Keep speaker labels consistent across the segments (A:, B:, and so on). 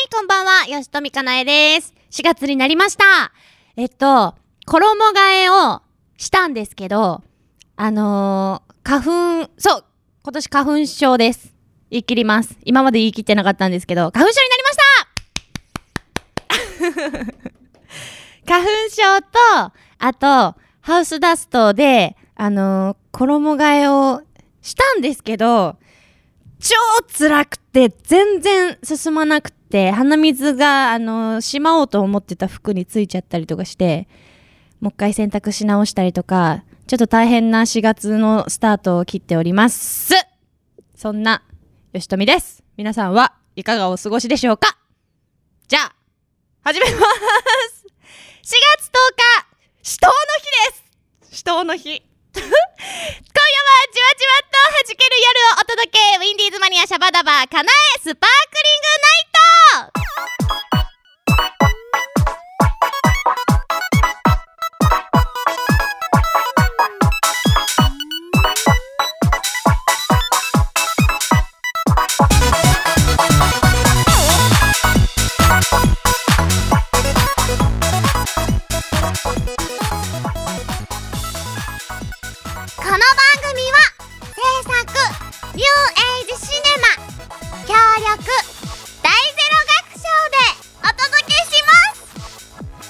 A: い、こんばんは、吉富かなえです。4月になりました。衣替えをしたんですけど、花粉、そう、今年花粉症です。言い切ります。今まで言い切ってなかったんですけど、花粉症になりました花粉症と、あと、ハウスダストで、衣替えをしたんですけど、超辛くて全然進まなくて、鼻水がしまおうと思ってた服についちゃったりとかして、もう一回洗濯し直したりとか、ちょっと大変な4月のスタートを切っております。そんな吉富です。皆さんはいかがお過ごしでしょうか。じゃあ始めます。4月10日死闘の日です。死闘の日今夜はじわじわっと弾ける夜をお届け。ウィンディーズマニアシャバダバかなえスパークリングナイト。この番組は制作ニューエイジシネマ協力大ゼロ学賞でお届けします。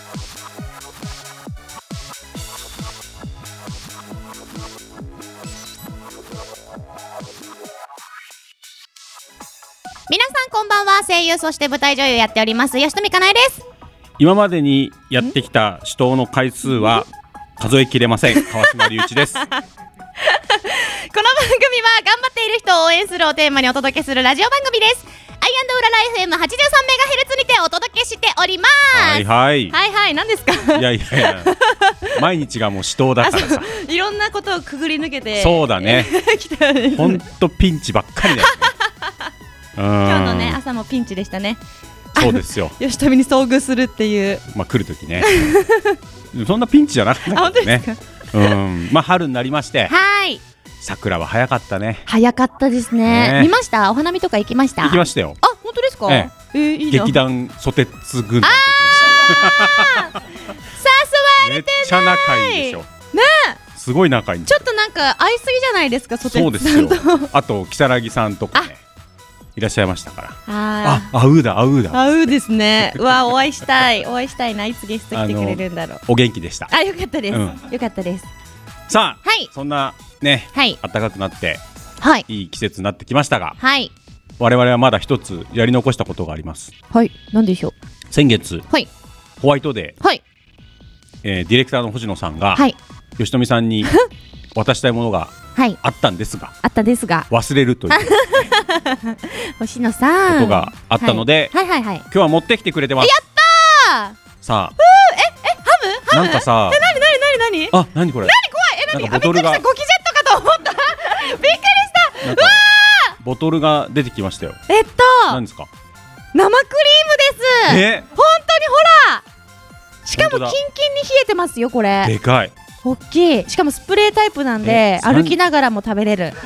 A: 皆さんこんばんは。声優そして舞台女優やっております吉富かなえです。
B: 今までにやってきた死闘の回数は数えきれません。川島隆一です。
A: この番組は頑張っている人を応援するをテーマにお届けするラジオ番組です。アイ&ウララ FM83MHz にてお届けしております。
B: はいはい
A: はいはい、何ですか。
B: いや毎日がもう死闘だからさ
A: いろんなことをくぐり抜けて。
B: そうだねほんとピンチばっかりだよね
A: 今日のね朝もピンチでしたね。
B: そうですよ
A: 吉富に遭遇するっていう、
B: 来るときねそんなピンチじゃなかったけどね。春になりまして、
A: はい、
B: 桜は早かったね。
A: 早かったですね。見ました？お花見とか行きました？
B: 行きましたよ。
A: あ、本当ですか？いいじゃん。
B: 劇団ソテツ軍団って行きました。
A: 誘われてない。
B: めっちゃ仲いいでしょ。ねえ。すごい仲いい。
A: ちょっとなんか会いすぎじゃないですか、ソテツさんと。
B: そうですよ。あと如月さんとかねいらっしゃいましたから。会う
A: ですね。うわ、お会いしたいな。いつゲスト来てくれるんだろう。
B: お元気でした。
A: よかったです、よかったです。
B: さあ、そんなね、暖かくなっていい季節になってきましたが、我々はまだ一つやり残したことがあります。はい、何でしょう。先月、ホワイトデー、ディレクターの星野さんが吉富さんに渡したいものがあったんですが、忘れるという
A: 星野さん
B: ことがあったので、今日は持ってきてくれてます。
A: やったー。
B: さあ、
A: ハム
B: なんかさ、
A: 何
B: あ、何これ、
A: 何怖い、
B: ボトルが
A: ゴキジェットかと思ったびっくりした。うわー、
B: ボトルが出てきましたよ。何ですか？
A: 生クリームです。本当にほら、しかもキンキンに冷えてますよ。これ
B: でかい、
A: 大きい。しかもスプレータイプなんで歩きながらも食べれる。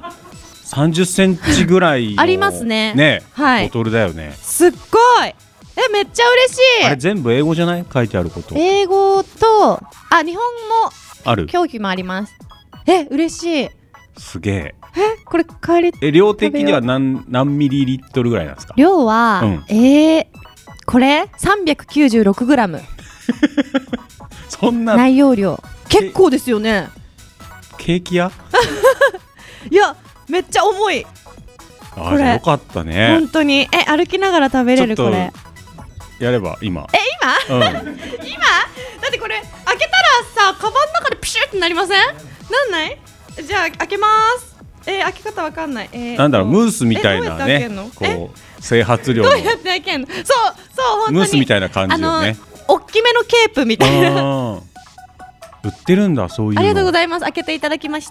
B: 30センチぐらいの
A: ありますね。
B: ボトルだよね。
A: すっごい。めっちゃ嬉しい。
B: あれ全部英語じゃない？書いてあること。
A: 英語と日本も
B: ある。
A: 表記もあります。嬉しい。
B: すげえ。
A: これ帰り。
B: 量的には何ミリリットルぐらいなんですか？
A: 量は、これ396グラム。
B: そんな
A: 内容量結構ですよね。
B: ケーキ屋
A: いや、めっちゃ重い。
B: これよかったね。
A: 本当に歩きながら食べれる。これ
B: やれば今
A: 今だってこれ開けたらさ、カバンの中でプシュってなりません？なんない？じゃあ開けます。開け方わかんない。
B: なんだろう、ムースみたいなね、こう整髪量の
A: どうやって開けんの？そう本当に
B: ムースみたいな感じよね。
A: 大きめのケープみたいな
B: 売ってるんだ、そういうの。
A: ありがとうございます。開けていただきました。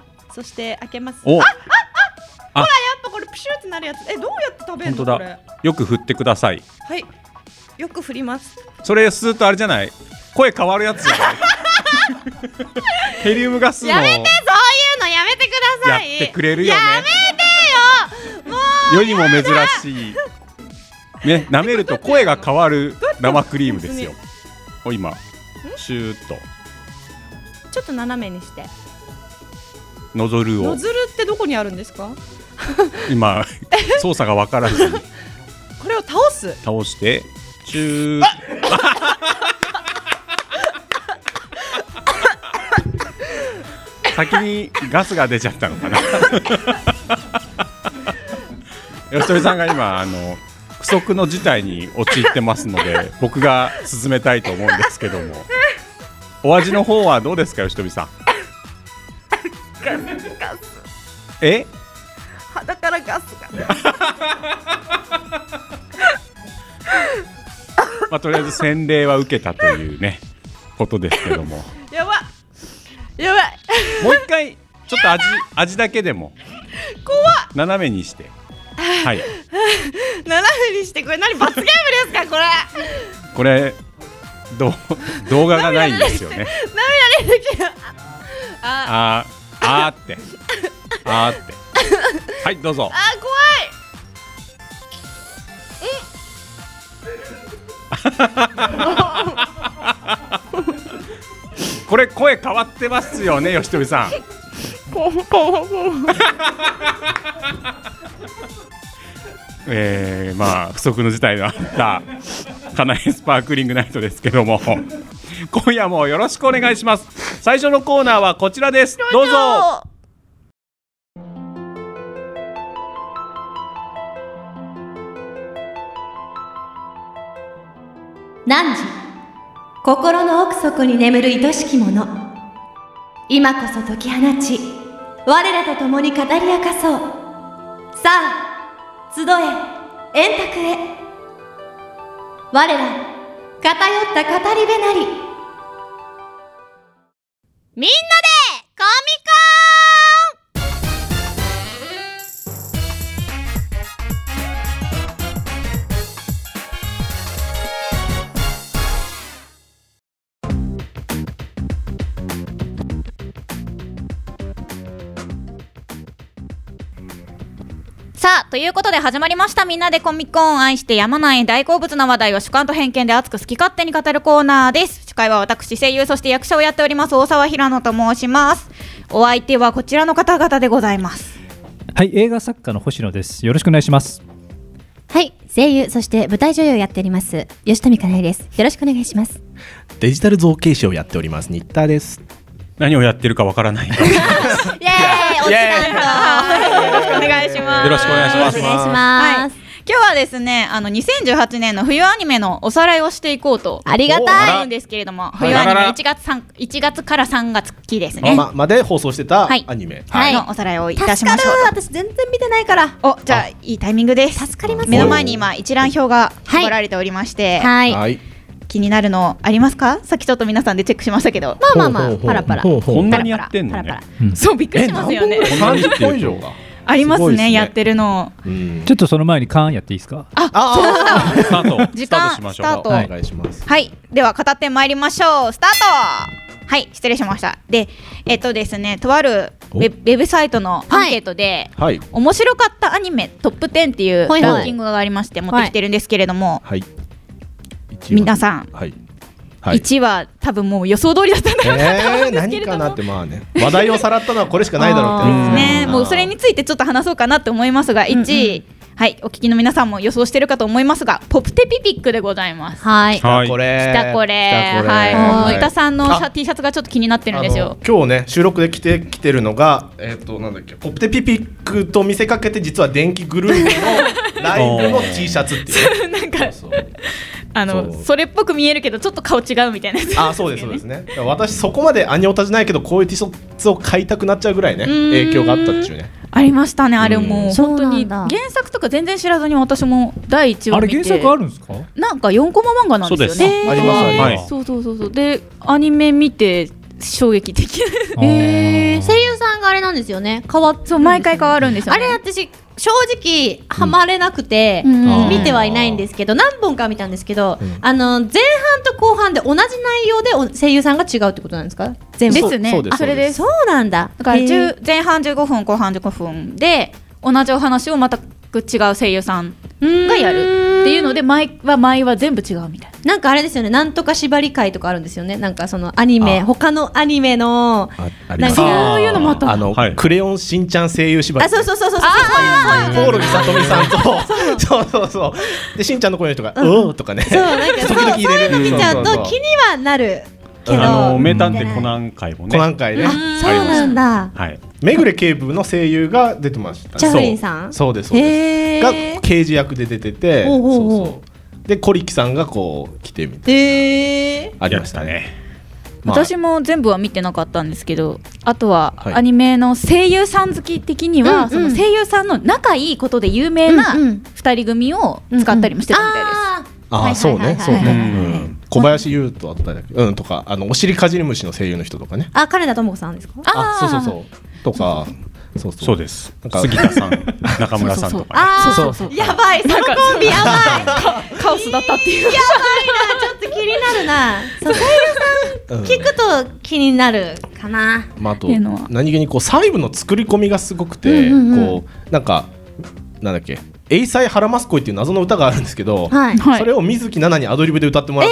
A: そして開けます。ほら、やっぱこれプシュってなるやつ。どうやって食べるの？これ
B: よく振ってください。
A: はい、よく振ります。
B: それするとあれじゃない、声変わるやつじゃないヘリウムガスの
A: やめて、そういうのやめてください。
B: やってくれるよね。
A: やめてよ、もう
B: 世にも珍しいね、舐めると声が変わる生クリームですよ。今シューッと
A: ちょっと斜めにして
B: ノズル
A: ってどこにあるんですか？
B: 今操作が分からずに
A: これを倒
B: してシュー先にガスが出ちゃったのかな。吉富さんが今不測の事態に陥ってますので僕が進めたいと思うんですけども、お味の方はどうですか吉富さん？
A: ガス肌からガス
B: がとりあえず洗礼は受けたというねことですけども
A: やばい
B: もう一回ちょっと味だけでも
A: 怖っ
B: 斜めにしてはい
A: 斜めにして、これ何罰ゲームですか？
B: これ動画がないんですよね。
A: 涙出てきた。
B: あーってはいどうぞ。
A: 怖
B: いこれ声変わってますよね吉富さん。まあ不測の事態のあったカナエスパークリングナイトですけども今夜もよろしくお願いします。最初のコーナーはこちらです。どうぞ。
C: 汝心の奥底に眠る愛しきもの、今こそ解き放ち我らと共に語り明かそう。さあ集え円卓へ、我ら偏った語り部なり。
A: みんなでコミさあということで始まりました、みんなでコミコン。愛してやまない大好物な話題を主観と偏見で熱く好き勝手に語るコーナーです。司会は私声優そして役者をやっております大沢平野と申します。お相手はこちらの方々でございます。
D: はい、映画作家の星野です。よろしくお願いします。
C: はい、声優そして舞台女優をやっております吉富かなえです。よろしくお願いします。
E: デジタル造形師をやっております新田です。
B: 何をやってるかわからない。イエーイ、
A: おちらんとよろしくお願いします。
B: よろしくお願いします。
A: はい、今日はですね、2018年の冬アニメのおさらいをしていこうと
C: ありがたい
A: 思うんですけれども、冬アニメ1月から3月期ですね、
E: まで放送してたアニメ、
A: のおさらいをいたしましょう。
C: 私全然見てないから。
A: じゃあいいタイミングです。
C: 助かります。
A: 目の前に今一覧表が配られておりまして、
C: はい
A: 気になるのありますか？さっきちょっと皆さんでチェックしましたけど、
C: まあパラパラ
B: こんなにやってんのね。
A: そう、びっくりしますよね。
E: 30本以上が
A: ありますね、やってるの。
D: ちょっとその前にカーンやっていいですか？
A: そうだ、
B: スタート
A: 時間
B: しましょう。
A: スタート、
E: お願いします。
A: はい、では語ってまいりましょう。スタート。はい、失礼しました。で、ですね、とあるウェブサイトのアンケートで、面白かったアニメトップ10っていうランキングがありまして持ってきてるんですけれども、皆さん、1は多分もう予想通りだったんだろうなと思うんですけれども、
E: 何かなって、まあね、話題をさらったのはこれしかないだろうって
A: ね。もうそれについてちょっと話そうかなと思いますが、1位、はい、お聞きの皆さんも予想してるかと思いますが、ポプテピピックでございます。
C: はい、
E: 来たこれ、
A: はい、森田さんのT シャツがちょっと気になってるんですよ。
E: 今日ね、収録で来てるのがなんだっけ、ポプテピピックと見せかけて実は電気グループのライブの T シャツっていう
A: なんかそれっぽく見えるけどちょっと顔違うみたいなやつ。
E: そうですね。私そこまでアニオタじゃないけどこういう T シャツを買いたくなっちゃうぐらいね、影響があったっていうね。
A: ありましたね。あれもう本当に原作とか全然知らずに私も第1話見て。
D: あれ原作あるんですか？
A: なんか4コマ漫画なんですよね。
E: あります。
A: そうでアニメ見て衝撃的。
C: 声優さんがあれなんですよね。
A: そう、毎回変わるんですよね。
C: あれ私正直ハマれなくて見てはいないんですけど、何本か見たんですけど、前半と後半で同じ内容で声優さんが違うってことなんですか？全部
A: ですね。それです。
C: そうなんだ。
A: だから前半15分後半15分で同じお話をまた
F: く違う声優さんがやるっていうので、毎は全部違うみたいな。
A: なんかあれですよね、なんとか縛り会とかあるんですよね。なんかそのアニメ、他のアニメの
F: なんかそういうのもあった。
E: クレヨンしんちゃん声優縛り。
A: そうコ
E: オロギさとみさんとそうでしんちゃんの声の人がおーとかね、そうなんか時々入れる。
A: 見ちゃうと気にはなるけど、
B: 名探偵コナン会もね。
E: コナン会ね。
A: そうなんだ。
E: はい。めぐれ警部の声優が出てました。
A: チャフリンさん。
E: そうです。が刑事役で出てて、で小力さんがこう来てみてありましたね。
F: 私も全部は見てなかったんですけど、あとはアニメの声優さん好き的には、その声優さんの仲いいことで有名な2人組を使ったりもしてたみたいです。
E: そうね。小林優斗あったりとか、おしりかじり虫の声優の人とかね。
A: 金田智子さんですか？
E: そうとか。
B: そうです。杉田さん、中村さんとか。
A: やばい、そのコンビやばい。
F: カオスだったっていう。
A: やばいな、ちょっと気になるな。声優さん聞くと気になるかな。
E: あと何気にこう細部の作り込みがすごくて、こうなんだっけ。エイサイハラマスコイっていう謎の歌があるんですけど、それを水木奈々にアドリブで歌ってもらって、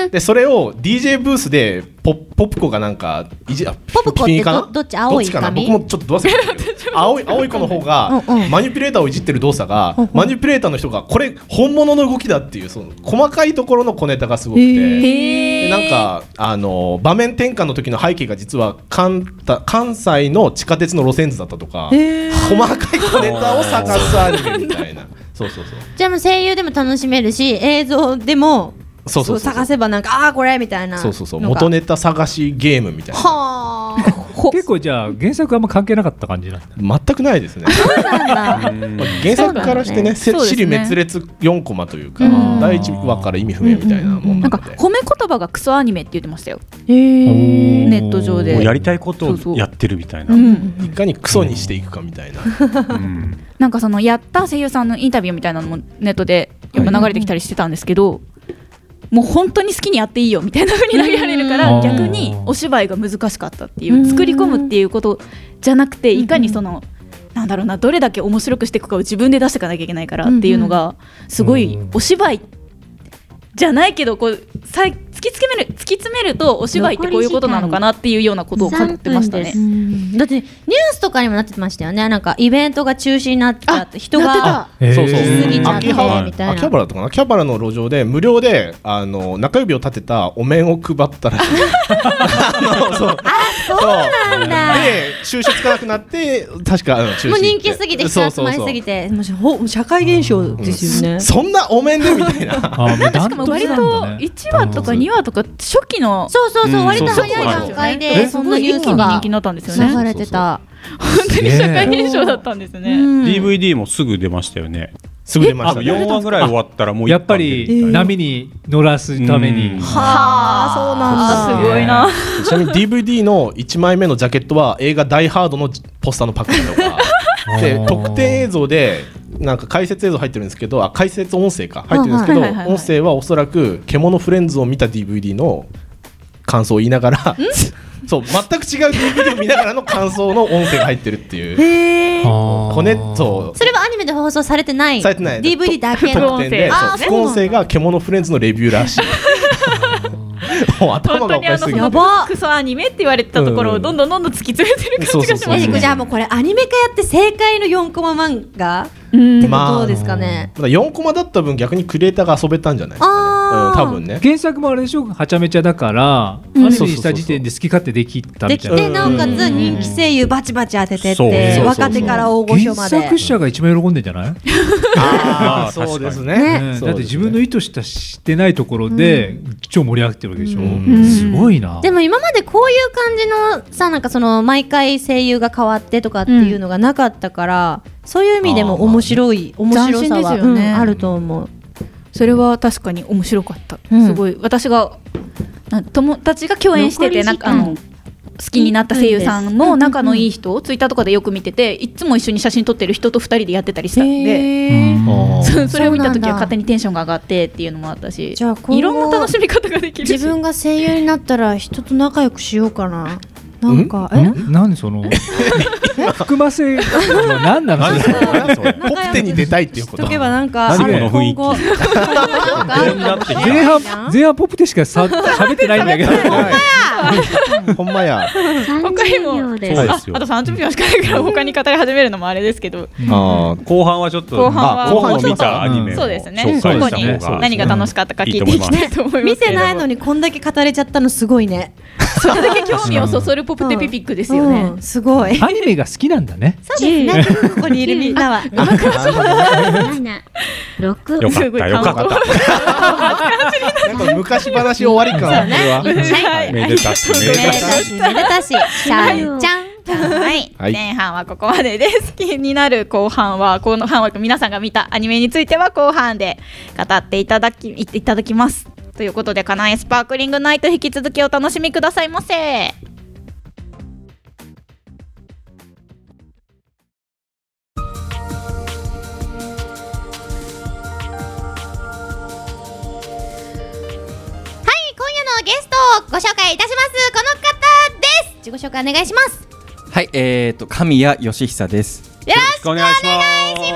E: でそれを DJ ブースでポップコがなんか
A: ポップコってどっち？青い
E: 髪？僕もちょっとどうせ青い子の方がマニピュレーターをいじってる動作が、マニピュレーターの人がこれ本物の動きだっていう、その細かいところの小ネタがすごくて、なんか場面転換の時の背景が実は関西の地下鉄の路線図だったとか、細かい小ネタを探すアニメみたいな。
A: じゃあもう声優でも楽しめるし、映像でも探せばなんかこれみたいな。
E: 元ネタ探しゲームみたいな。
D: 結構じゃあ原作あんま関係なかった感じなんです
E: ね。全くないですね。原作からしてね、支離滅裂4コマというか、第1話から意味不明みたいなもん
F: なんか褒め言葉がクソアニメって言ってましたよ。ネット上で
B: やりたいことをやってるみたいな。
E: いかにクソにしていくかみたいな。
F: なんかそのやった声優さんのインタビューみたいなのもネットでやっぱ流れてきたりしてたんですけど、もう本当に好きにやっていいよみたいな風に投げられるから、逆にお芝居が難しかったっていう、作り込むっていうことじゃなくて、いかにそのなんだろうな、どれだけ面白くしていくかを自分で出していかなきゃいけないからっていうのがすごい、お芝居じゃないけどこう突き詰めるとお芝居ってこういうことなのかなっていうようなことを書いてましたね。
A: だってニュースとかにもなってましたよね。なんかイベントが中止になっちゃって人が来すぎちゃってみたいな。
E: 秋葉原とかな、秋葉原の路上で無料で中指を立てたお面を配ったらしい。
A: そうなんだ。
E: で収集つかなくなって確か中止。
A: もう人気すぎて人集まりすぎて社会現象ですよね。
E: そんなお面でみたいな。
F: しかも割と1話とか2話とか初期の
A: 割と早い段階でそんなニュースが
F: 人気になったんですよね。
A: 流れてた。
F: 本当に社会現象だったんですね。
B: DVD もすぐ出ましたよね。
E: すぐ出ました。
B: 4話ぐらい終わったらもう
D: やっぱり波に乗らすために。
A: はあ、そうなん
F: だ。すごいな。
E: ちなみに DVD の1枚目のジャケットは映画ダイハードのポスターのパクリとかで、特典映像でなんか解説映像入ってるんですけど、解説音声か入ってるんですけど、音声はおそらく獣フレンズを見た DVD の感想を言いながらそう全く違う DVD を見ながらの感想の音声が入ってるっていう。コネット。
A: それはアニメで放送されてない。DVD だけの
E: 特典で、副音声が獣フレンズのレビューらしい。もう頭がおかしすぎて。
F: やば。クソアニメって言われてたところをどんどん突き詰めてる感じがしますね。
A: じゃあもうこれアニメ化やって正解の4コマ漫画ってことですかね。
E: 4コマだった分逆にクリエイターが遊べたんじゃないですかね。多分ね。
D: 原作もあれでしょ、はちゃめちゃだからアニメにした時点で好き勝手できたみたいな。
A: でなおかつ人気声優バチバチ当ててって若手から大御所まで。
D: 原作者が一番喜んでんじゃない？
E: ああそうですね。
D: だって自分の意図してないところで超盛り上がってるわけでしょ。すごいな。
A: でも今までこういう感じのさ、なんかその毎回声優が変わってとかっていうのがなかったから、そういう意味でも面白さはあると思う。
F: それは確かに面白かった。すごい私が友達が共演しててなんか好きになった声優さんの仲のいい人をツイッターとかでよく見てて、いつも一緒に写真撮ってる人と2人でやってたりしたんで、それを見た時は勝手にテンションが上がってっていうのもあったし、いろんな楽しみ方ができるし、
A: 自分が声優になったら人と仲良くしようかな。 なんか
D: 何その含ませは何なの？
E: ポプテに出たいっていうこと。
A: とけばなんか
B: 何この雰囲気。
D: 前半ポプテしか喋ってないんだけど。
E: ほんまや。
F: 他にもあと30秒しかないから他に語り始めるのもあれですけど。
B: 後半はちょっと後半見たアニメを
F: そうですね。ここに何が楽しかったか聞いていきたいと思います。
A: 見てないのにこんだけ語れちゃったのすごいね。
F: それだけ興味をそそるポプテピピックですよね。
A: すごい。
D: アニメが好きなんだね。
A: そうですね。ここにいるみんなは。
B: よかったよかった。
E: なんか昔話終わり感。
B: めでたしめで
A: たし。シャイちゃん。
F: はい、前半はここまでです。気になる後半はこの半枠皆さんが見たアニメについては後半で語っていただきます。ということでカナエスパークリングナイト引き続きお楽しみくださいませ。はい、
A: 今夜のゲストをご紹介いたします。この方です。自己紹介お願いします。
G: はい、神谷義久です。
A: よろしくお願いします。
G: はい、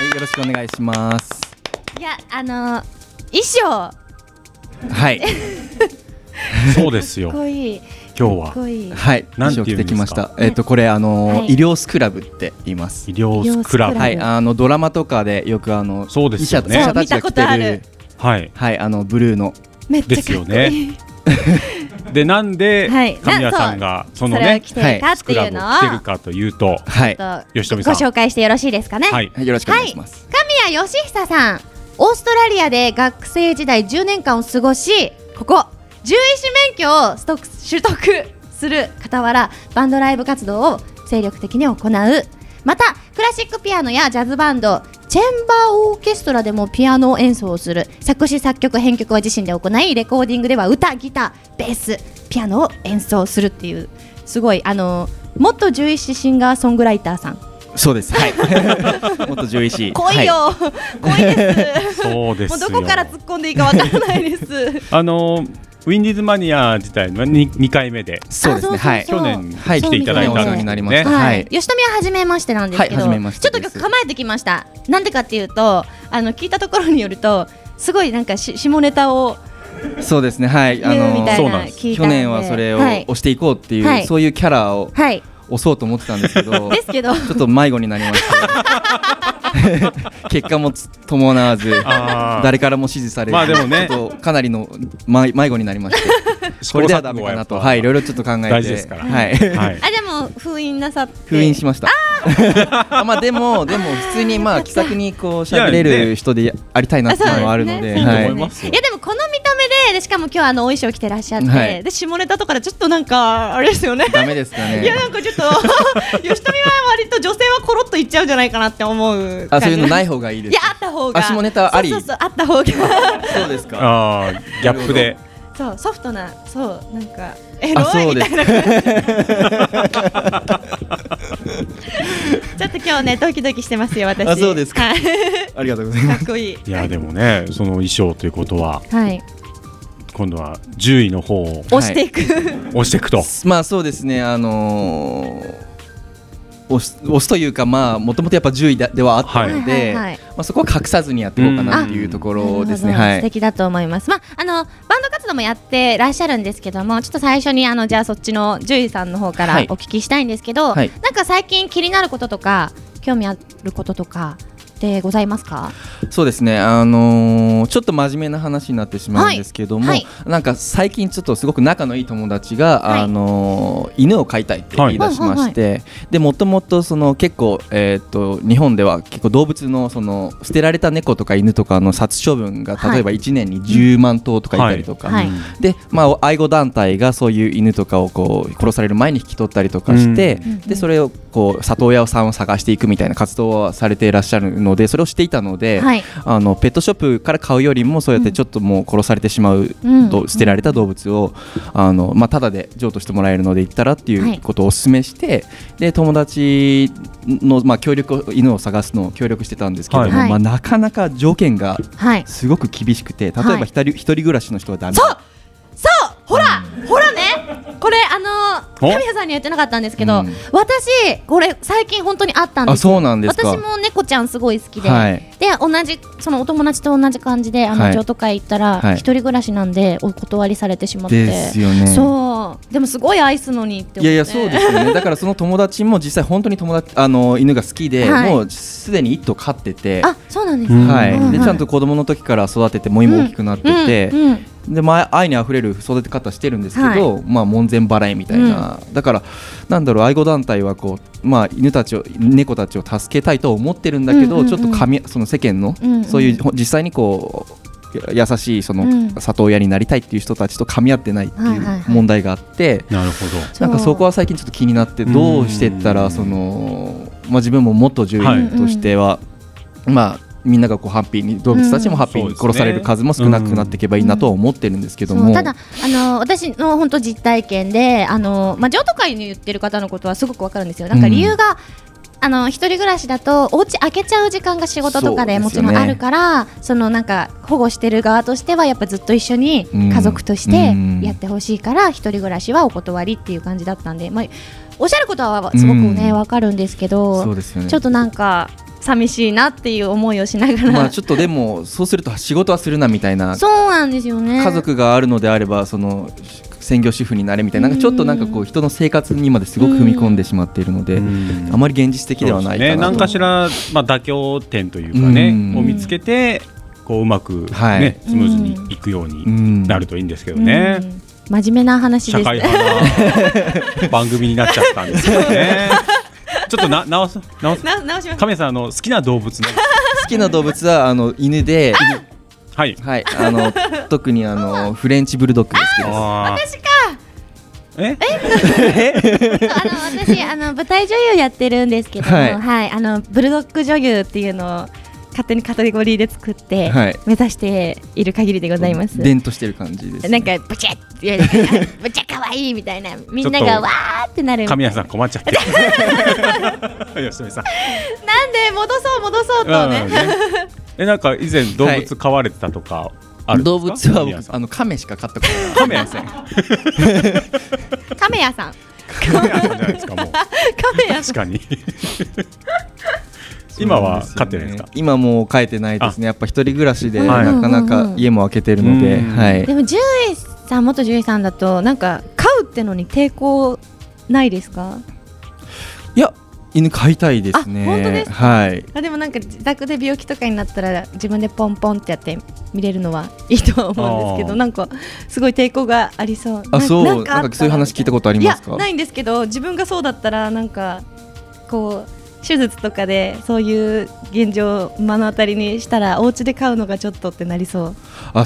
G: よろしくお願いします。
A: いや、衣装
G: はい。
B: そうですよ。
A: かっこいい。
B: 今日は
G: はい、何て言うんですか。着てきました。これ医療スクラブって言います。
B: 医療スクラブ。
G: はい、ドラマとかでよく
B: そうですよね。
G: 医者たちが着てるはいブルーの
B: ですよね。でなんで神谷さんがそのねスクラブを着てるかというと、吉富さん
A: ご紹介してよろしいですかね。
G: はい、よろしくお願いします。
A: 神谷義久さん、オーストラリアで学生時代10年間を過ごし、ここ獣医師免許を取得する傍らバンドライブ活動を精力的に行う。またクラシックピアノやジャズバンド、チェンバーオーケストラでもピアノ演奏をする。作詞作曲編曲は自身で行い、レコーディングでは歌、ギター、ベース、ピアノを演奏するっていう、すごい元獣医師シンガーソングライターさん。
G: そうです。はい。元獣医師。
A: 濃いよ。濃いです。
B: そうです。
A: もうどこから突っ込んでいいかわからないです。
B: ウィンディーズマニア自体の2回目で、
G: そうですね。はい。
B: 去年来ていただいたのになりました。
A: はい。吉富は初めましてなんですけど、ちょっと構えてきました。なんでかっていうと、聞いたところによると、すごいなんか下ネタを。
G: そうですね。はい。
B: そうなんです。
G: 去年はそれを押していこうっていうそういうキャラを押そうと思ってたんですけど、ちょっと迷子になりました。結果も伴わず誰からも支持される、
B: でもね、
G: かなりの迷子になりまして、これではダメかなと、はい、いろいろちょっと考えて、
B: 大事ですから、
G: はい、
A: でも封印なさって、
G: 封印しました。でも普通に気さくにこう喋れる人でありたいなっていうのはあるので、
B: いいと思いますよ。
A: いやでもこの見た目でしかも今日お衣装着てらっしゃって、で下ネタとかでちょっとなんかあれですよね。
G: ダメですかね。
A: いやなんかちょっと吉富は割と女性はコロッといっちゃうんじゃないかなって思う。
G: そういうのない方がいいです。
A: いやあった方が。
G: 下ネタあり。
A: そうあった方が。
G: そうですか。
B: ギャップで。
A: そうソフトななんかエロいみたいな。ちょっと今日ねドキドキしてますよ私。
G: そうですか。ありがとうございます。
A: かっこいい。
B: いやでもねその衣装ということは。今度は10位の方を
A: 押していく
B: と。
G: そうですね。押すというかもともとやっぱ10位ではあったので、そこは隠さずにやっていこうかなっていうところですね。
A: 素敵だと思います。バンド活動もやってらっしゃるんですけども、ちょっと最初にじゃあそっちの獣医さんの方からお聞きしたいんですけど、なんか最近気になることとか興味あることとかでございますか？
G: そうですね、ちょっと真面目な話になってしまうんですけども、なんか最近ちょっとすごく仲のいい友達が、犬を飼いたいって言い出しまして、でもともと結構、日本では結構動物の捨てられた猫とか犬とかの殺処分が例えば1年に10万頭とかいたりとか、で愛護団体がそういう犬とかをこう殺される前に引き取ったりとかして、でそれをこう里親さんを探していくみたいな活動をされていらっしゃるので、それをしていたので、ペットショップから買うよりもそうやってちょっともう殺されてしまう、捨てられた動物をタダで譲渡してもらえるので行ったらっていうことをお勧めして、で友達の協力犬を探すのを協力してたんですけども、なかなか条件がすごく厳しくて、例えば一人暮らしの人はダメ。
A: そうほらね、 これ神谷さんには言ってなかったんですけど、私これ最近本当にあったんですよ。
G: そうなんですか。
A: 私も猫ちゃんすごい好きで、で同じそのお友達と同じ感じで譲渡会行ったら一人暮らしなんでお断りされてしまって。
G: ですよね。
A: そうでもすごい愛すのにって思って。
G: いやそうですよね。だからその友達も実際本当に犬が好きで、もうすでに一頭飼ってて、
A: そうなんですね。
G: はい。でちゃんと子供の時から育ててもう今大きくなってて、で愛にあふれる育て方してるんですけど、門前払いみたいな、だからなんだろう、愛護団体はこう猫たちを助けたいと思ってるんだけど、ちょっとその世間のそういう実際にこう優しいその里親になりたいっていう人たちと噛み合ってないっていう問題があって、
B: なるほど。
G: なんかそこは最近ちょっと気になって、どうしていったらその自分ももっと獣医としてはみんながこうハッピーに、動物たちもハッピーに殺される数も少なくなっていけばいいなとは思ってるんですけども、
A: ただ私の本当実体験で譲渡会に言ってる方のことはすごくわかるんですよ。なんか理由が、一人暮らしだとお家開けちゃう時間が仕事とかでもちろんあるから、そのなんか保護してる側としてはやっぱずっと一緒に家族としてやってほしいから、一人暮らしはお断りっていう感じだったんで、おっしゃることはすごくねわかるんですけど、ちょっとなんか寂しいなっていう思いをしながら、
G: ちょっとでもそうすると仕事はするなみたいな、
A: そうなんですよね。
G: 家族があるのであればその専業主婦になれみたいな、ちょっとなんかこう人の生活にまですごく踏み込んでしまっているので、あまり現実的ではないかなと。
B: 何かしら妥協点というかねを見つけて、こううまくねスムーズにいくようになるといいんですけどね。
A: 真面目な話です。
B: 社会派な番組になっちゃったんですよね。ちょっと直します。亀井さん好きな動物ね。
G: 好きな動物は犬で。
B: はい、
G: 特にフレンチブルドッグが好きです。
A: 私か。私舞台女優やってるんですけども、ブルドッグ女優っていうのを勝手にカテゴリーで作って目指している限りでございます。
G: 伝統してる感じです。
A: なんかブチャって言われてブチャ可愛いみたいな、みんながわーってなる。
B: 神谷さん困っちゃってる。吉見さん。
A: なんで戻そうとね。
B: なんか以前動物飼われてたとかあるんですか？
G: 動物は僕亀しか飼ったことない。
B: 亀屋さん。
A: 亀屋さん。
B: 亀屋さんじゃないですかもう。
A: 亀屋さん。
B: 確かに。今は飼ってないですか？
G: 今もう飼えてないですね。やっぱ一人暮らしでなかなか家も開けてるので。
A: でも獣医さん、元獣医さんだとなんか飼うってのに抵抗ないですか？
G: いや、犬飼いたいですね。
A: 本当ですか？
G: はい。
A: でもなんか自宅で病気とかになったら自分でポンポンってやって見れるのはいいとは思うんですけど、なんかすごい抵抗がありそう。
G: なんかそういう話聞いたことありますか？
A: いや、ないんですけど、自分がそうだったらなんかこう手術とかでそういう現状を目の当たりにしたらお家で飼うのがちょっとってなりそう。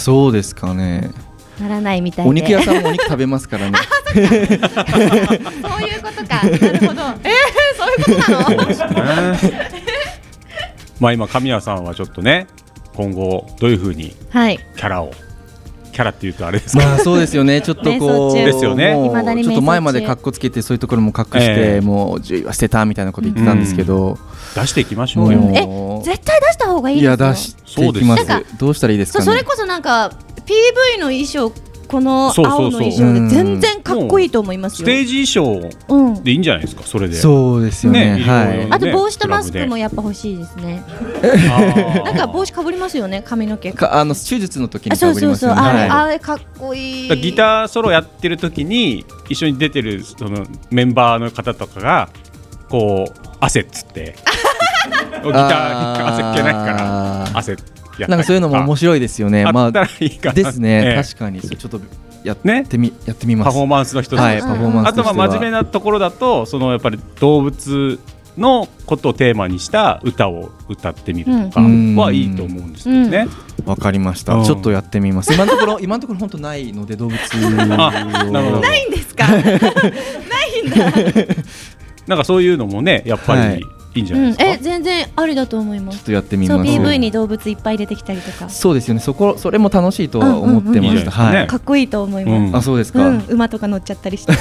G: そうですかね。
A: ならないみたいで。
G: お肉屋さんもお肉食べますからね。
A: そういうことか。なるほど。そういうことなの？そうですね。
B: 今神谷さんはちょっとね、今後どういう風にキャラっていうとあれですか？
G: そうですよね。ちょっとこう
B: ですよね。
G: ちょっと前までカッコつけてそういうところも隠してもう獣医は捨てたみたいなこと言ってたんですけど、
B: 出していきましょうよ。
A: 絶対出した方がいいですよ。
G: いや出していきます。どうしたらいいですかね。
A: それこそなんか PV の衣装、この青の衣装で全然かっこいいと思いますよ。
B: ステージ衣装でいいんじゃないですか、それで。
G: そうですよね。
A: あと帽子とマスクもやっぱ欲しいですね。なんか帽子かぶりますよね、髪の毛。
G: 手術の時にかぶりますよね。
A: あれかっこいい。
B: ギターソロやってる時に一緒に出てるそのメンバーの方とかがこう汗っつってギターに汗っ気ないから汗
G: なんかそういうのも面白いですよね。
B: あったらいいかな
G: ですね。確かにちょっとやってみます。
B: パフォーマンスの一つ。あと真面目なところだと、そのやっぱり動物のことをテーマにした歌を歌ってみるとかはいいと思うんですよね。
G: わかりました。ちょっとやってみます。今のところ本当ないので動物
A: ないんですか？ないんだ。
B: なんかそういうのもね、やっぱりいいんじゃないですか。
A: 全然ありだと思います。
G: ちょっとやってみます。
A: PV に動物いっぱい出てきたりとか。
G: そうですよね。それも楽しいとは思ってました。
A: かっこいいと思います。
G: そうですか。
A: 馬とか乗っちゃったりして。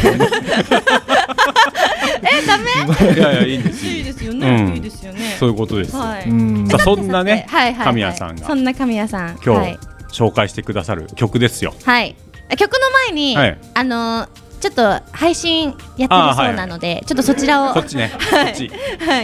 A: ダメ？
B: いやいいんです。
A: いいですよね。いいですよね。
B: そういうことです。そんなね、神谷さんが、
A: そんな神谷さん今
B: 日紹介してくださる曲ですよ。
A: はい。曲の前にちちょっと配信やってるそうなので、ちょっとそちらを
B: こっちね、
A: はい、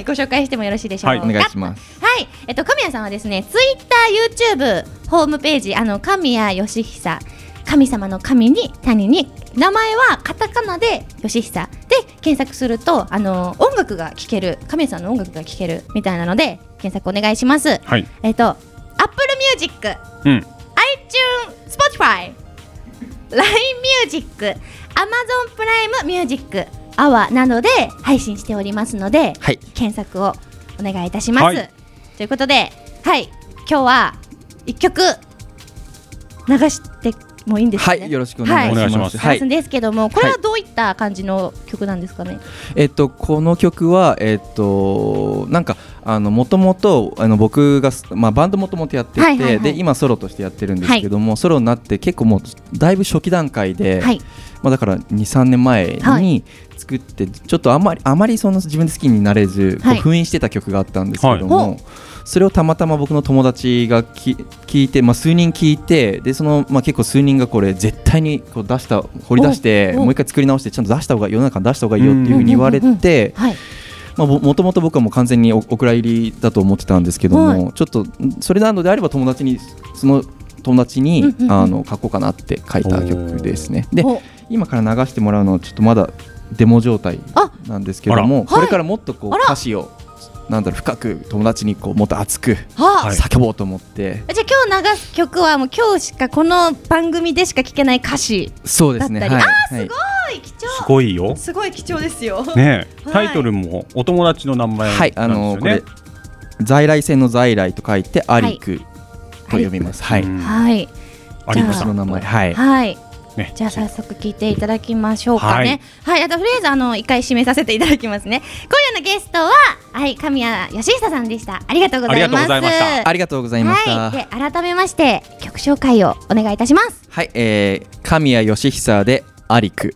A: ご紹介してもよろしいでしょうか。
G: はい、お願いします。
A: はい、神谷さんはですね、Twitter、YouTube、ホームページ、神谷義久、神様の神に谷に、名前はカタカナで義久で検索すると音楽が聴ける、神谷さんの音楽が聴けるみたいなので検索お願いします。
B: はい、
A: Apple Music、iTunes、Spotify、LINE Music、Amazon プライムミュージック、AWA などで配信しておりますので、
G: はい、
A: 検索をお願いいたします。
B: はい、
A: ということで、はい、今日は1曲流してもいいんですかね。
G: はい、よろしくお願いします。
A: はい、流すんですけども、これはどういった感じの曲なんですかね。
G: この曲はなんかもともと僕がバンドもともとやってて、で今ソロとしてやってるんですけども、ソロになって結構もうだいぶ初期段階で、だから 2,3 年前に作って、ちょっとあまりその自分で好きになれず封印してた曲があったんですけども、それをたまたま僕の友達が聞いて、数人聞いて、で結構数人がこれ絶対にこう掘り出してもう一回作り直してちゃんと出した方が、世の中に出した方がいいよっていうふうに言われて、もともと僕はもう完全にお蔵入りだと思ってたんですけども、ちょっとそれなのであればその友達に書こうかなって書いた曲ですね。で今から流してもらうのはちょっとまだデモ状態なんですけども、これからもっとこう歌詞を深く友達にこうもっと熱く叫ぼうと思って。
A: じゃあ今日流す曲はもう今日しかこの番組でしか聴けない歌詞だったり。
G: そうですね、はい、
A: すごい貴重、
B: すごいよ、
A: すごい貴重ですよ
B: ね。タイトルもお友達の名前なんですよね。
G: これ在来線の在来と書いてアリクと読みます。はい、
B: アリクさん
G: の名前。はい、
A: はい、じゃあ早速聞いていただきましょうかね。はい、とりあえず一回締めさせていただきますね。今夜のゲストは神谷義久さんでした。ありがとうございます。
G: ありがとうございました。
A: で改めまして曲紹介をお願いいたします。
G: はい、神谷義久でアリク。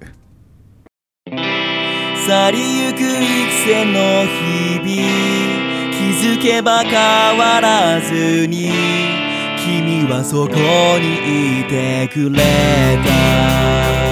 H: 去りゆく幾千の日々、気づけば変わらずに君はそこにいてくれた。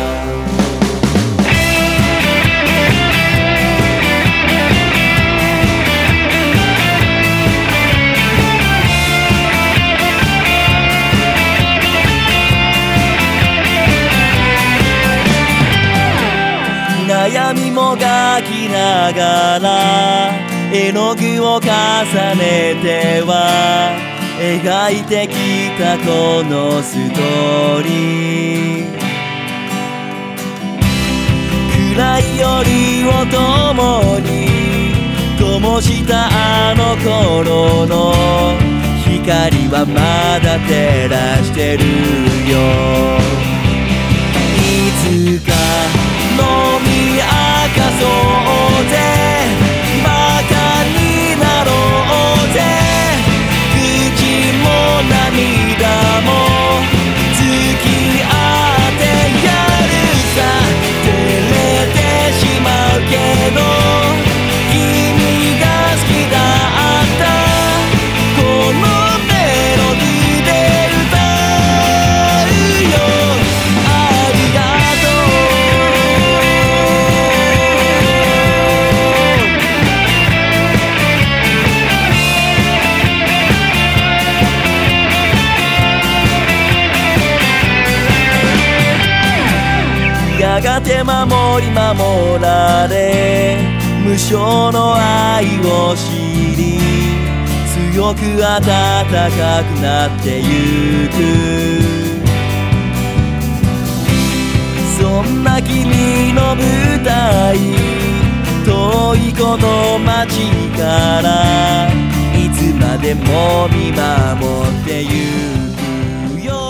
H: 悩みもがきながら絵の具を重ねては描いてきたこのストーリー。暗い夜を共に灯したあの頃の光はまだ照らしてるよ。いつか飲み明かそうぜ、バカになろうぜ。口も涙も付き合ってやるさ。照れてしまうけど君が好きだったこのメロディーで歌うよ。ありがとう。やがて守られ無償の愛を知り、強く暖かくなってゆく。そんな君の舞台、遠いこの街からいつまでも見守ってゆくよ。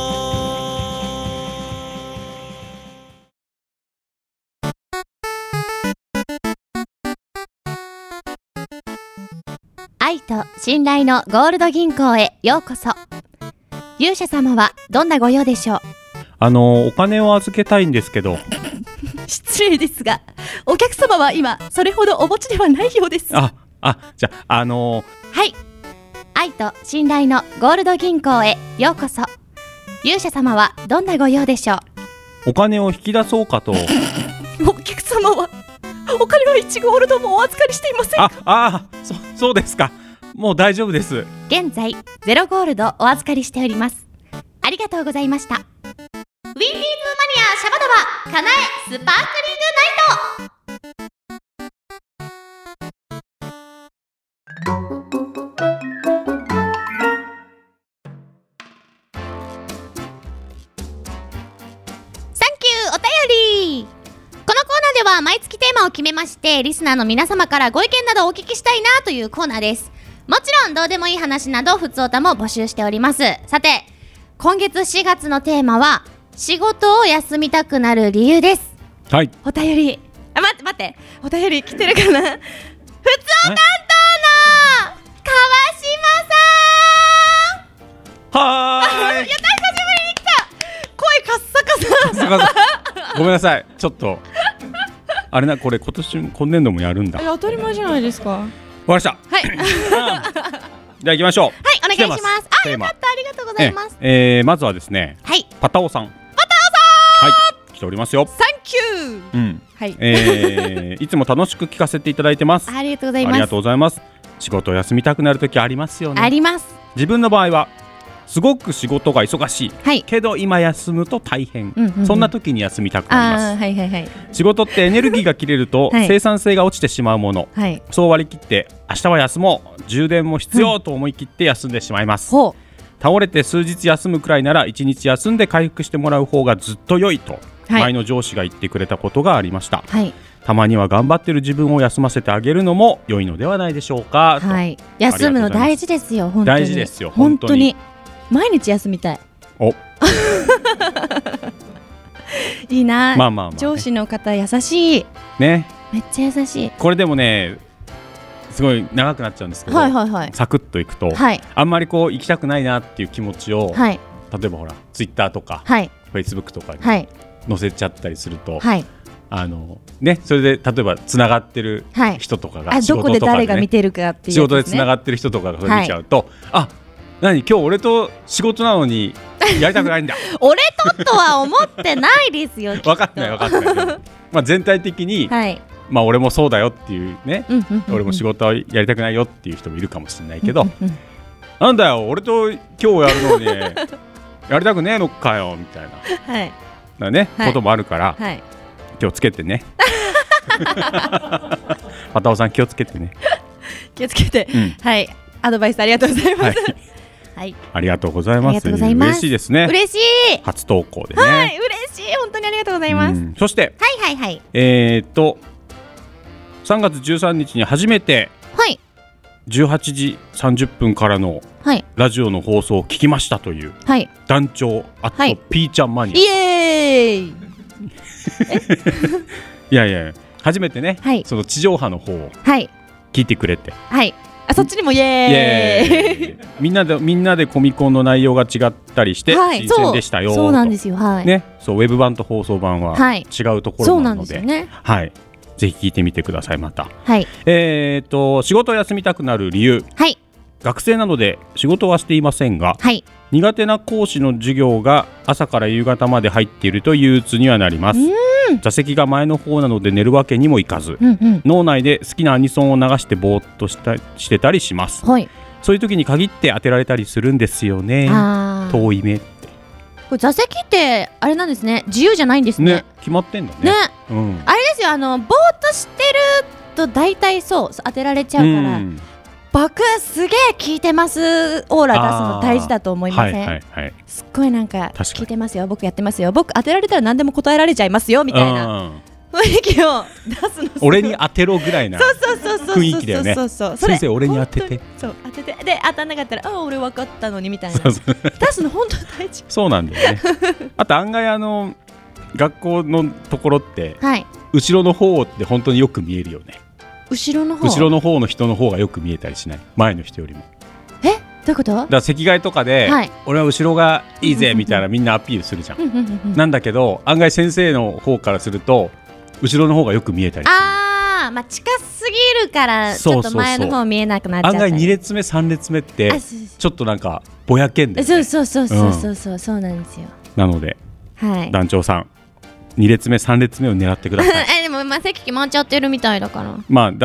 C: 愛と信頼のゴールド銀行へようこそ。勇者様はどんなご用でしょう？
B: お金を預けたいんですけど。
C: 失礼ですが、お客様は今それほどお持ちではないようです。
B: じゃあ
C: はい、愛と信頼のゴールド銀行へようこそ。勇者様はどんなご用でしょう？
B: お金を引き出そうかと。
F: お客様はお金は1ゴールドもお預かりしていませんか？
B: そうですか。もう大丈夫です。
C: 現在0ゴールドお預かりしております。ありがとうございました。ウィンディーズマニアシャバダバかなえスパークリングナイト。では毎月テーマを決めまして、リスナーの皆様からご意見などをお聞きしたいなというコーナーです。もちろんどうでもいい話などふつおたも募集しております。さて、今月4月のテーマは仕事を休みたくなる理由です。
B: はい。
C: お便り待ってお便り来てるかな。ふつお担当の川島さん。
B: はーい。
C: やった、久しぶりに来た。声カッサカサ。
B: ごめんなさい、ちょっとあれな、これ今年度もやるんだ。
F: 当たり前じゃないですか。
B: わかりました。
C: はい
B: じゃあ行きましょう。
C: はい、お願いします。よかった、ありがとうございます。
B: まずはですね、
C: はい、
B: パタオさん。はい、来ておりますよ。
C: サンキュー。
B: はい。いつも楽しく聞かせていただいてます。
C: ありがとうございます。
B: ありがとうございます。仕事を休みたくなる時ありますよね。
C: あります。
B: 自分の場合はすごく仕事が忙しい、
C: はい、
B: けど今休むと大変、そんな時に休みたくなります。
C: はいはいはい、
B: 仕事ってエネルギーが切れると生産性が落ちてしまうもの、はい、そう割り切って明日は休もう、充電も必要と思い切って休んでしまいます。倒れて数日休むくらいなら1日休んで回復してもらう方がずっと良いと、前の上司が言ってくれたことがありました。はい、たまには頑張ってる自分を休ませてあげるのも良いのではないでしょうか。
C: はい、休むの大事ですよ。本当に
B: 大事ですよ。本当に
C: 毎日休みたい。
B: お
C: いいな。
B: まあまあまあ、ね、
C: 上司の方優しい
B: ね。
C: めっちゃ優しい。
B: これでもね、すごい長くなっちゃうんですけど、サクッといくと、あんまりこう行きたくないなっていう気持ちを、例えばほらツイッターとか、フェイスブックとかに載せちゃったりすると、ね、それで例えばつながってる人とかが、
C: どこで誰が見てるかっていう、
B: 仕事でつながってる人とかがそれ見ちゃうと、何今日俺と仕事なのにやりたくないんだ
C: 俺とは思ってないですよ
B: 分かんないまあ全体的に、まあ俺もそうだよっていうね、俺も仕事はやりたくないよっていう人もいるかもしれないけど、なんだよ俺と今日やるのにやりたくねえのかよみたいな、ね、こともあるから、気をつけてねパタオさん気をつけてね。
C: 気をつけて、はい、アドバイスありがとうございます。
B: はい、ありがとうございます。嬉しいですね。
C: 嬉しい。
B: 初投稿でね。
C: はい、嬉しい。本当にありがとうございます。
B: そして、3月13日に初めて、18時30分からのラジオの放送を聞きましたという、団長あとピーちゃんマニア。
C: イエーイ。
B: いやいや、初めてね、その地上波の方を聞いてくれて。
C: そっちにもイエーイ。
B: みんなでコミコンの内容が違ったりして新鮮でしたよ。
C: そうなんですよ。
B: ね、そうウェブ版と放送版は違うところなので、ぜひ聞いてみてください。また、仕事を休みたくなる理由、学生なので仕事はしていませんが、苦手な講師の授業が朝から夕方まで入っていると憂鬱にはなります。座席が前の方なので寝るわけにもいかず、脳内で好きなアニソンを流してぼーっとしてたりします。そういう時に限って当てられたりするんですよね。遠い目って。
C: これ座席ってあれなんですね、自由じゃないんですね。
B: 決まってんだね。
C: あれですよ、ぼーっとしてると大体そう当てられちゃうから、僕すげえ聞いてますオーラ出すの大事だと思いません？すっごいなんか聞いてますよ、僕やってますよ、僕当てられたら何でも答えられちゃいますよみたいな雰囲気を出すの。
B: 俺に当てろぐらいな雰囲気だよね。先生俺に当てて、
C: そう当てて、で当たんなかったら俺分かったのにみたいな出すの本当大事。
B: そうなんだよね。あと案外学校のところって、後ろの方って本当によく見えるよね。
C: 後ろの
B: 方の人の方がよく見えたりしない？前の人よりも。
C: どういうこと？
B: だから席替えとかで、俺は後ろがいいぜみたいなみんなアピールするじゃん。なんだけど案外先生の方からすると後ろの方がよく見えたりする。
C: まあ近すぎるからちょっと前の方見えなくなっちゃった。
B: 案外2列目3列目ってちょっとなんかぼやけんだよね。
C: そうなんですよ。
B: なので、団長さん 2列目3列目を狙ってください。
A: でも席決まっちゃってるみたいだから。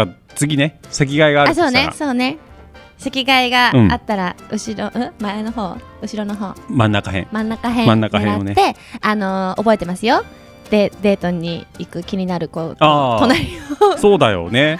B: 次ね、席替えがあるとしたら。
A: そうね席替えがあったら後ろ、前の方、後ろの方、
B: 真ん中辺
A: 狙って覚えてますよ。でデートに行く気になる子隣を
B: そうだよね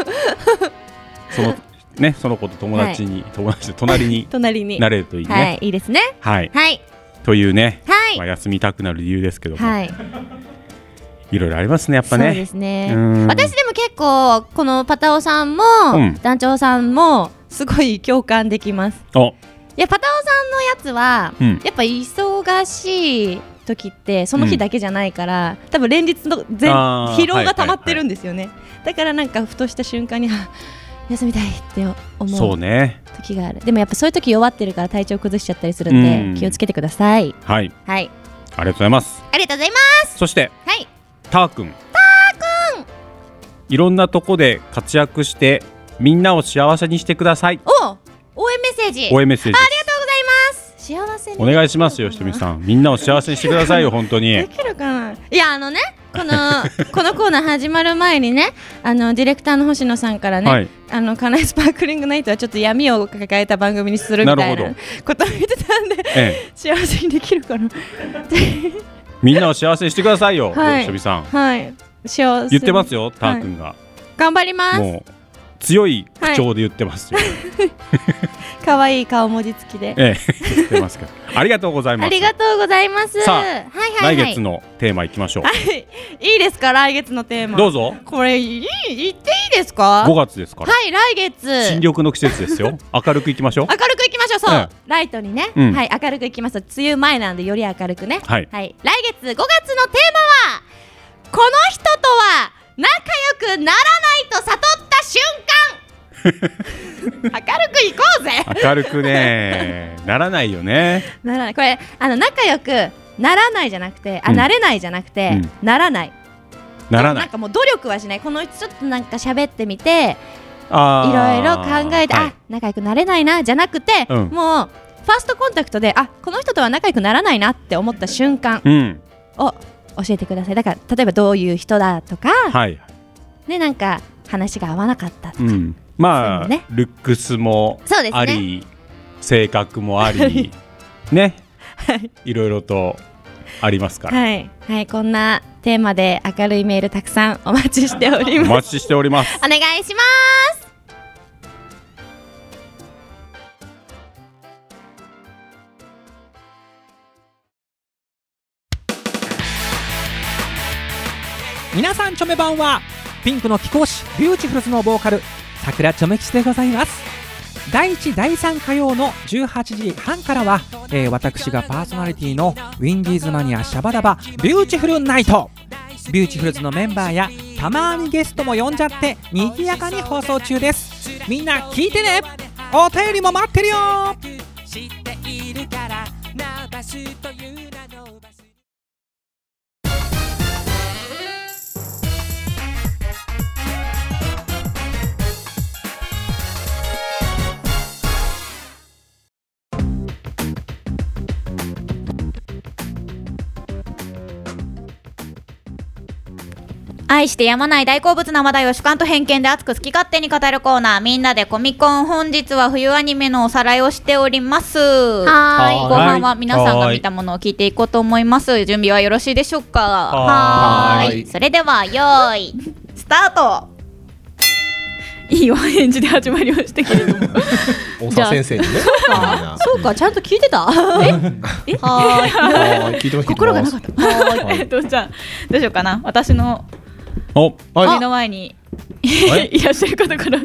B: その子と友達で隣になれるといいね。
A: はい、いいですね。
B: はい、というね、休みたくなる理由ですけども、いろいろありますね、やっぱね。
A: そうですね。私でも結構このパタオさんも団長さんもすごい共感できます。いや、パタオさんのやつはやっぱ忙しい時ってその日だけじゃないから、多分連日の疲労が溜まってるんですよね。だからなんかふとした瞬間に休みたいって思う時がある。でもやっぱそういう時弱ってるから体調崩しちゃったりするんで気をつけてください。
B: はい、ありがとうございます。
A: ありがとうございます。
B: そしてターくんいろんなとこで活躍してみんなを幸せにしてください。
A: 応援メッセージ。
B: ありがとうございます。
A: 幸せに
B: お願いしますよ、ひとみさん。みんなを幸せにしてくださいよ、本当に。
A: できるかな。いや、このコーナー始まる前にね、ディレクターの星野さんからね、カナイスパークリングナイトはちょっと闇を抱えた番組にするみたいなことを言ってたんで、幸せにできるかな
B: みんなを幸せにしてくださいよ、ひとみさん。
A: 幸せ
B: 言ってますよ、ターくんが。
A: 頑張ります。
B: もう強い口調で言ってますよ。
A: 可愛い顔文字付きで。
B: 言ってますけど。ありがとうございます。
A: ありがとうございます。
B: さあ、来月のテーマいきましょう。
A: いいですか、来月のテーマ。
B: どうぞ。
A: これ言っていいですか。
B: 5月ですから。
A: はい、来月。
B: 新緑の季節ですよ。明るくいきましょう。
A: 明るくいきましょう。そう、ライトにね。はい、明るくいきます。梅雨前なんでより明るくね。はい。来月5月のテーマはこの人とは仲良くならないと悟った瞬間。明るくいこうぜ。
B: 明るくねならないよね。
A: ならない。これ仲良くならないじゃなくて、なれないじゃなくて、ならない。なんかもう努力はしない。このちょっとなんか喋ってみて、いろいろ考えて、仲良くなれないなじゃなくて、もうファーストコンタクトでこの人とは仲良くならないなって思った瞬間を教えてください。だから例えばどういう人だとか、なんか話が合わなかったとか。
B: ルックスもあり、性格もありね、いろいろとありますから。
A: こんなテーマで明るいメールたくさんお待ちしております。
B: お待ちしております。
A: お願いします。
I: 皆さん、チョメ版はピンクの貴公子ビューティフルズのボーカル桜チョメ吉でございます。第1第3火曜の18時半からは、私がパーソナリティのウィンディーズマニアシャバダバビューティフルナイト。ビューティフルズのメンバーやたまにゲストも呼んじゃってにぎやかに放送中です。みんな聞いてね。お便りも待ってるよ。
F: 愛してやまない大好物な話題を主観と偏見で熱く好き勝手に語るコーナー、みんなでコミコン。本日は冬アニメのおさらいをしております。後半は皆さんが見たものを聞いていこうと思います。準備はよろしいでしょうか。はい、それではよーいスタート。いいお返事で始まりましたけれども
E: 大沢先生にね。
A: そうか、ちゃんと聞いてた。
E: 聞いてます。
A: 心がなかった。
F: じゃあどうしようかな。私の目の前にいらっしゃる方から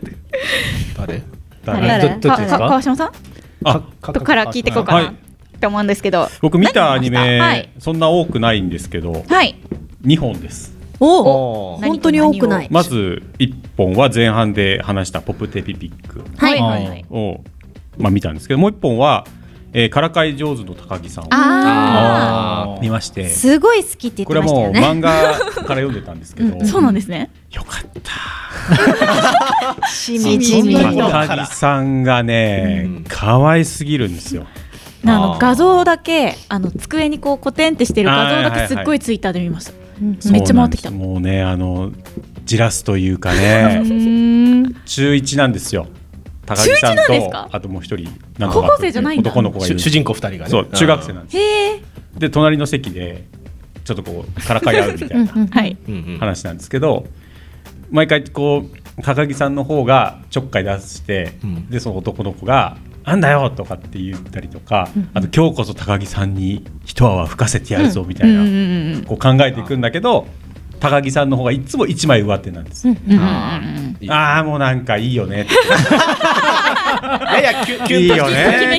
E: 誰
F: 川島さんから聞いていこうかなって思うんですけど、
B: 僕見たアニメそんな多くないんですけど、2本です。
A: 本当に多くない。
B: まず1本は前半で話したポプテピピックを見たんですけど、もう1本はからかい上手の高木さんを見まして、
A: すごい好きって言ってましたよね。
B: これはもう漫画から読んでたんですけど、
F: そうなんですね。
B: よかった
A: しみじみ
B: 高木さんがね、可愛すぎるんですよ。
F: 画像だけ机にこうコテンってしてる画像だけすっごいツイッターで見ました。 めっちゃ回ってきた。
B: もうねじらすというかね中1なんですよ。高木さんとあともう一人
F: 高校生じゃないんだ。
E: 男の子がいる主人公2人がね。
B: そう中学生なんです。で隣の席でちょっとこうからかい合うみたいな話なんですけど、毎回こう高木さんの方がちょっかい出して、でその男の子がなんだよとかって言ったりとか、あと今日こそ高木さんに一泡吹かせてやるぞみたいなこう考えていくんだけど、高木さんの方がいつも一枚上手なんです。ああもうなんかいいよねって
E: いやキュンといいよね。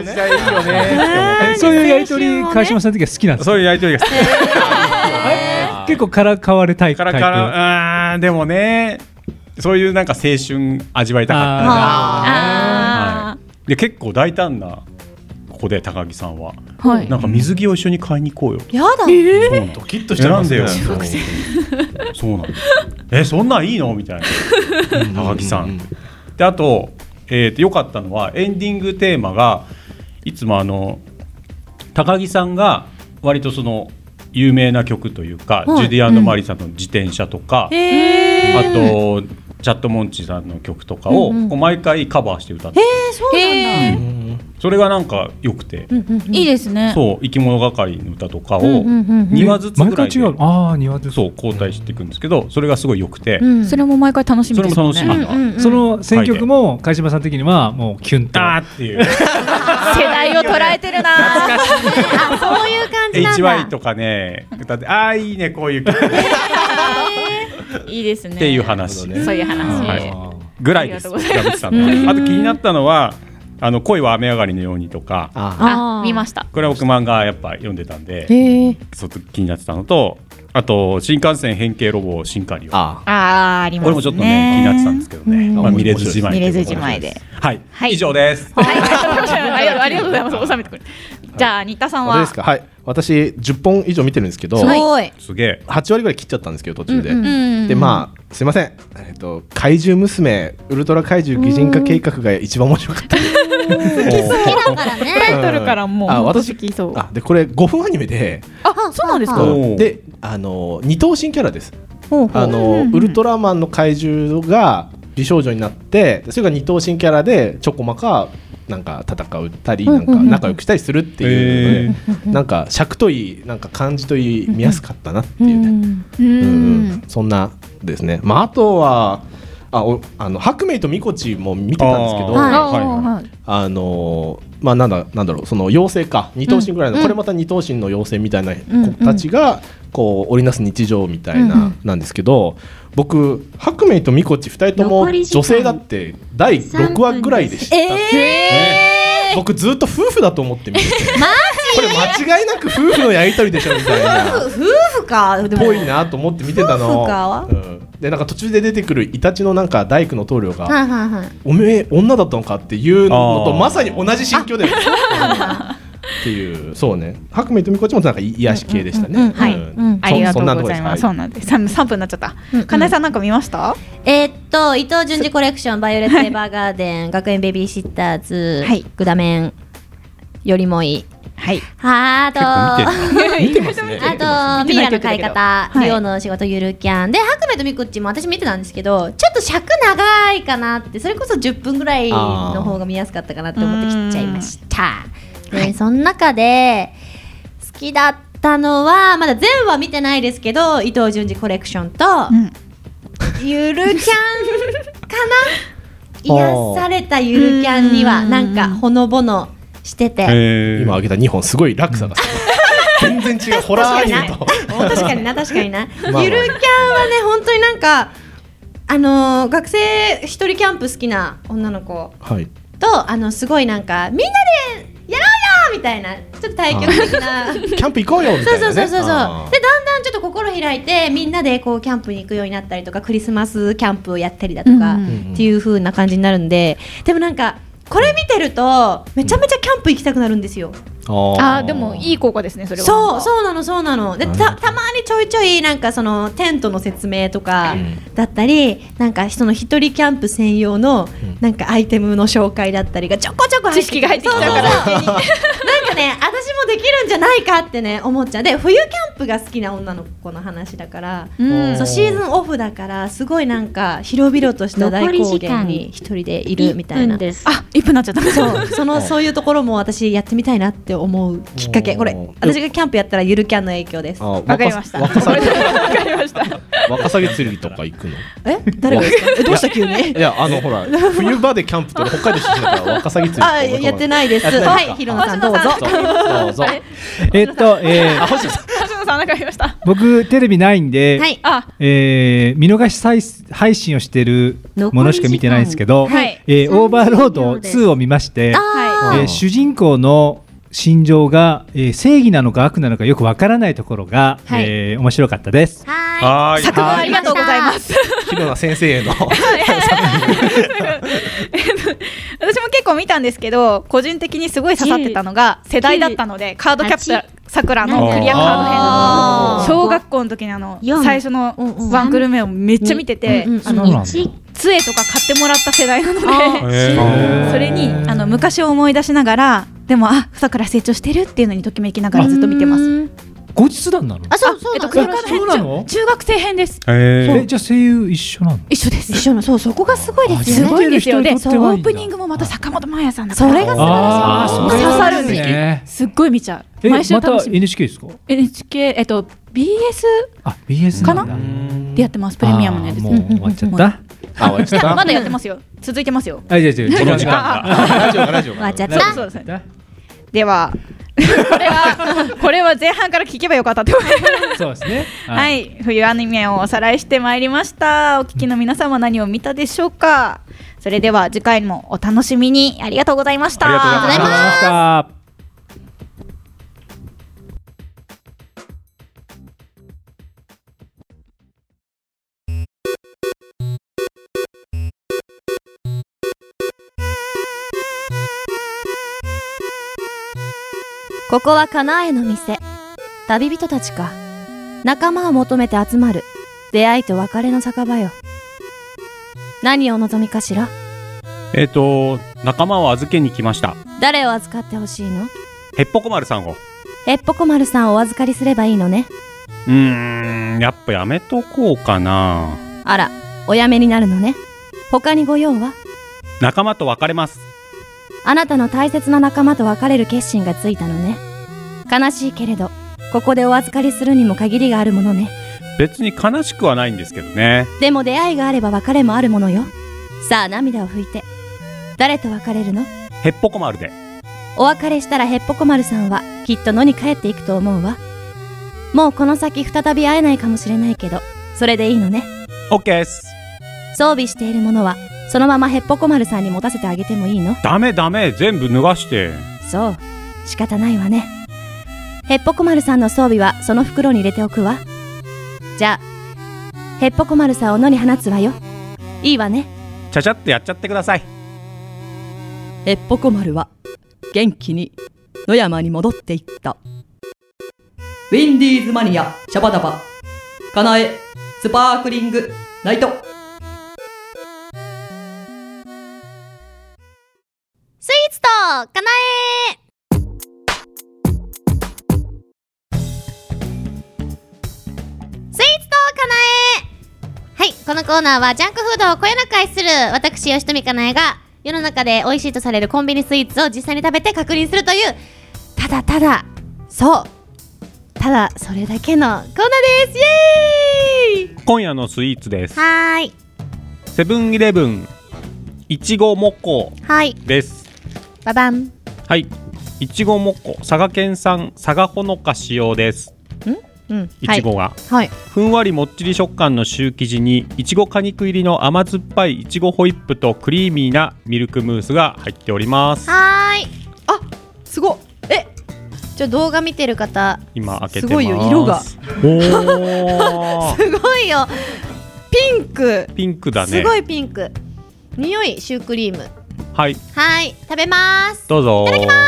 D: そういうやりとり川島さんの時は好きなんですか？
B: そういうやりとりが好き。
D: 結構からかわれたいタイプ。
B: でもね、そういうなんか青春味わいたかった。で結構大胆なここで高木さんは、なんか水着を一緒に買いに行こうよ。
A: やだ。
E: ドキッとしちゃいますよ。
B: そうなんです。そんなんいいのみたいな高木さん。であと良かったのはエンディングテーマがいつも高木さんが割とその有名な曲というか、ジュディ&マリーさんの自転車とか、あとチャットモンチさんの曲とかをこう毎回カバーして歌って、
A: そうなんだ。
B: それがなんか良くて、
F: いいですね。
B: そう生き物係の歌とかを2話ずつぐらいでそう交代していくんですけど、それがすごい良くて、
F: それも毎回楽しみですね。
B: それも楽しみ。
D: その選曲も貝島さん的にはもうキュンと
B: っていう世
F: 代を捉えてるな。
A: そういう感じなんだ。
B: HY とかね歌っていいねこういう曲
F: いいですね
B: っていう話、
F: そういう話
B: ぐらいです。あと気になったのは恋は雨上がりのようにとか、
F: 見ました。
B: これは僕漫画やっぱ読んでたんでちょっと気になってたのと、あと新幹線変形ロボシンカリオ、
F: ありますね。
B: これもちょっとね気になってたんですけどね、見れずじまい
F: で
B: はい、以上です。
F: ありがとうございます。収めてくれ。じゃあ新田さんは。
E: ですか。はい、私10本以上見てるんですけど、
A: すごい
B: すげえ
E: 8割ぐらい切っちゃったんですけど途中で、でまあすいません、怪獣娘ウルトラ怪獣擬人化計画が一番面白かった。
A: 好きだからね。
F: タイトルからもう
E: 私でこれ5分アニメで、
F: そうなんですか。
E: で二頭身キャラです。ウルトラマンの怪獣が美少女になって、それが二頭身キャラでちょこまかなんか戦うたりなんか仲良くしたりするっていうので、なんか尺といいなんか感じといい見やすかったなっていうね、そんなですね。まああとは白明とみこちも見てたんですけど、まあなんだろう、その妖精か二頭身ぐらいの、これまた二頭身の妖精みたいな子たちがこう織りなす日常みたいななんですけど、僕白明とみこち2人とも女性だって第6話ぐらいで知った。僕ずっと夫婦だと思って見てて、これ間違いなく夫婦のやり取りでしょみたいな、
A: 夫婦か
E: ぽいなと思って見てたの。でなんか途中で出てくるイタチのなんか大工の棟梁が、おめえ女だったのかっていうのとまさに同じ心境でっていう、そうね、白明とみこちもなんか癒し系でしたね。
F: はい、ありがとうございます。そうなんです。3分になっちゃった。金井さんなんか見ました？
A: 伊藤潤二コレクション、バイオレット・エヴァーガーデン、学園ベビーシッターズ、グダメンよりもいい。あと
E: 見てますね。
A: あとミイラの買い方、リオの仕事ゆるキャンで、白明とみこっちも私見てたんですけど、ちょっと尺長いかなって、それこそ10分ぐらいの方が見やすかったかなって思って切っちゃいました。でその中で好きだったのはまだ全話見てないですけど、伊藤潤二コレクションと、ゆるキャンかな。癒されたゆるキャンにはなんかほのぼのしてて、
E: 今挙げた2本すごい落差が全然違う。ホラーアニメと
A: 確かになゆるキャンはね本当になんか学生一人キャンプ好きな女の子と、すごいなんかみんなでやろうよみたいな、ちょっと対極的な
E: キャンプ行こうよみたいなね。
A: そうでだんだんちょっと心開いてみんなでこうキャンプに行くようになったりとか、クリスマスキャンプをやったりだとかっていう風な感じになるんで、でもなんかこれ見てるとめちゃめちゃキャンプ行きたくなるんですよ。
F: でもいい効果ですね、それは。
A: そうなので、たまにちょいちょいなんかそのテントの説明とかだったり、なんかその一人キャンプ専用のなんかアイテムの紹介だったりがちょこちょこ
F: 知識が入ってきちゃうから、
A: なんかね、私もできるんじゃないかってね思っちゃう。で冬キャンンプが好きな女の子の話だから、そうシーズンオフだからすごいなんか広々とした大高原に一人でいるみたいな。
F: 1分になっちゃった。
A: そういうところも私やってみたいなって思うきっかけ。これ私がキャンプやったらゆるキャンの影響です。
F: わかりました。わかりました。
E: ワカサギ釣りとか行くの？
A: 誰がですか？どうした急に？
E: いやほら冬場でキャンプって北海道出身だからワカサギ釣り。
A: やってないです。はい、ひろなさんどうぞ。
E: どうぞ。
F: 星野さんなんかありました。
D: 僕テレビないんで、見逃し配信をしているものしか見てないんですけど、オーバーロード2を見まして、主人公の心情が、正義なのか悪なのかよくわからないところが、面白かったです。
F: はい。作文ありがとうございます。
E: ひろな先生への。
F: 私も結構見たんですけど、個人的にすごい刺さってたのが世代だったので、カードキャプターさくらのクリアカード編の小学校の時に最初のワンクルメをめっちゃ見てて、杖とか買ってもらった世代なので、それに昔を思い出しながら、でもさくら成長してるっていうのにときめきながらずっと見てます。
D: 後日談なの？
F: そうなの？中学生編です。
D: じゃあ声優一緒なの？
F: 一緒です。
A: 一緒のそこがすごいですよね。
F: すごいですよね。オープニングもまた坂本真綾さんだから。
A: それが素晴らしい。
F: 刺さるんです。すっごい見ちゃう。
D: 毎週楽しみ。また NHK ですか
F: ？NHK BS かな？でやってます。プレミアムのやつ。
D: もう終わっちゃった。
F: まだやってますよ。続いてますよ。
B: この時間が
E: ラジオ
A: 終わっちゃった。
F: そうですね。ではこれは前半から聞けばよかったって思います。
D: そうですね。
F: はい、冬アニメをおさらいしてまいりました。お聞きの皆さんは何を見たでしょうか。それでは次回もお楽しみに。ありがとうございました。
B: ありがとうございました。
C: ここはカナエの店。旅人たちか。仲間を求めて集まる出会いと別れの酒場よ。何をお望みかしら？
B: 仲間を預けに来ました。
C: 誰を預かってほしいの？
B: へっぽこ丸さんを。
C: へっぽこ丸さんをお預かりすればいいのね。
B: やっぱやめとこうかな。
C: あら、おやめになるのね。他にご用は？
B: 仲間と別れます。
C: あなたの大切な仲間と別れる決心がついたのね。悲しいけれどここでお預かりするにも限りがあるものね。
B: 別に悲しくはないんですけどね。
C: でも出会いがあれば別れもあるものよ。さあ涙を拭いて。誰と別れるの？
B: へっぽこ丸で。
C: お別れしたらへっぽこ丸さんはきっと野に帰っていくと思うわ。もうこの先再び会えないかもしれないけど、それでいいのね。
B: OK です。
C: 装備しているものはそのままへっぽこ丸さんに持たせてあげてもいいの？
B: ダメ全部脱がして。
C: そう、仕方ないわね。へっぽこ丸さんの装備はその袋に入れておくわ。じゃあへっぽこ丸さんを野に放つわよ。いいわね。
B: ちゃちゃっとやっちゃってください。
J: へっぽこ丸は元気に野山に戻っていった。ウィンディーズマニアシャバダバかなえスパークリングナイト。
C: スイーツとかなえ。スイーツとかなえ。はい、このコーナーはジャンクフードをこよなく愛する私吉富かなえが世の中で美味しいとされるコンビニスイーツを実際に食べて確認するという、ただただそれだけのコーナーです。イエーイ。
B: 今夜のスイーツです。
C: はーい。
B: セブンイレブンいちごもこです。
C: ババン。
B: はい、いちごもこ佐賀県産佐賀ほのか使用です。いちごが、ふんわりもっちり食感のシュー生地にいちご果肉入りの甘酸っぱいいちごホイップとクリーミーなミルクムースが入っております。
A: はーい。あ、すごっ。動画見てる方
B: 今開けてます。
A: すごいよ、色が
B: お
A: すごいよ。
B: ピンクだね。
A: すごいピンク。匂いシュークリーム。
B: はい、
A: 食べます。
B: どうぞ。
A: いただきます。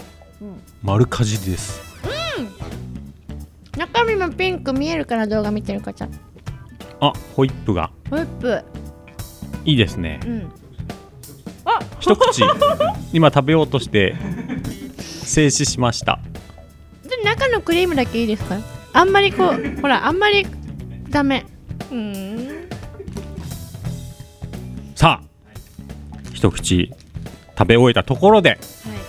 B: 丸かじりです。
A: 中身もピンク見えるから、動画見てる方。
B: ホイップがいいですね。一口今食べようとして静止しました。
A: 中のクリームだけいいですか？あんまりこうほらあんまりダメ。
B: さあ一口食べ終えたところで、はい、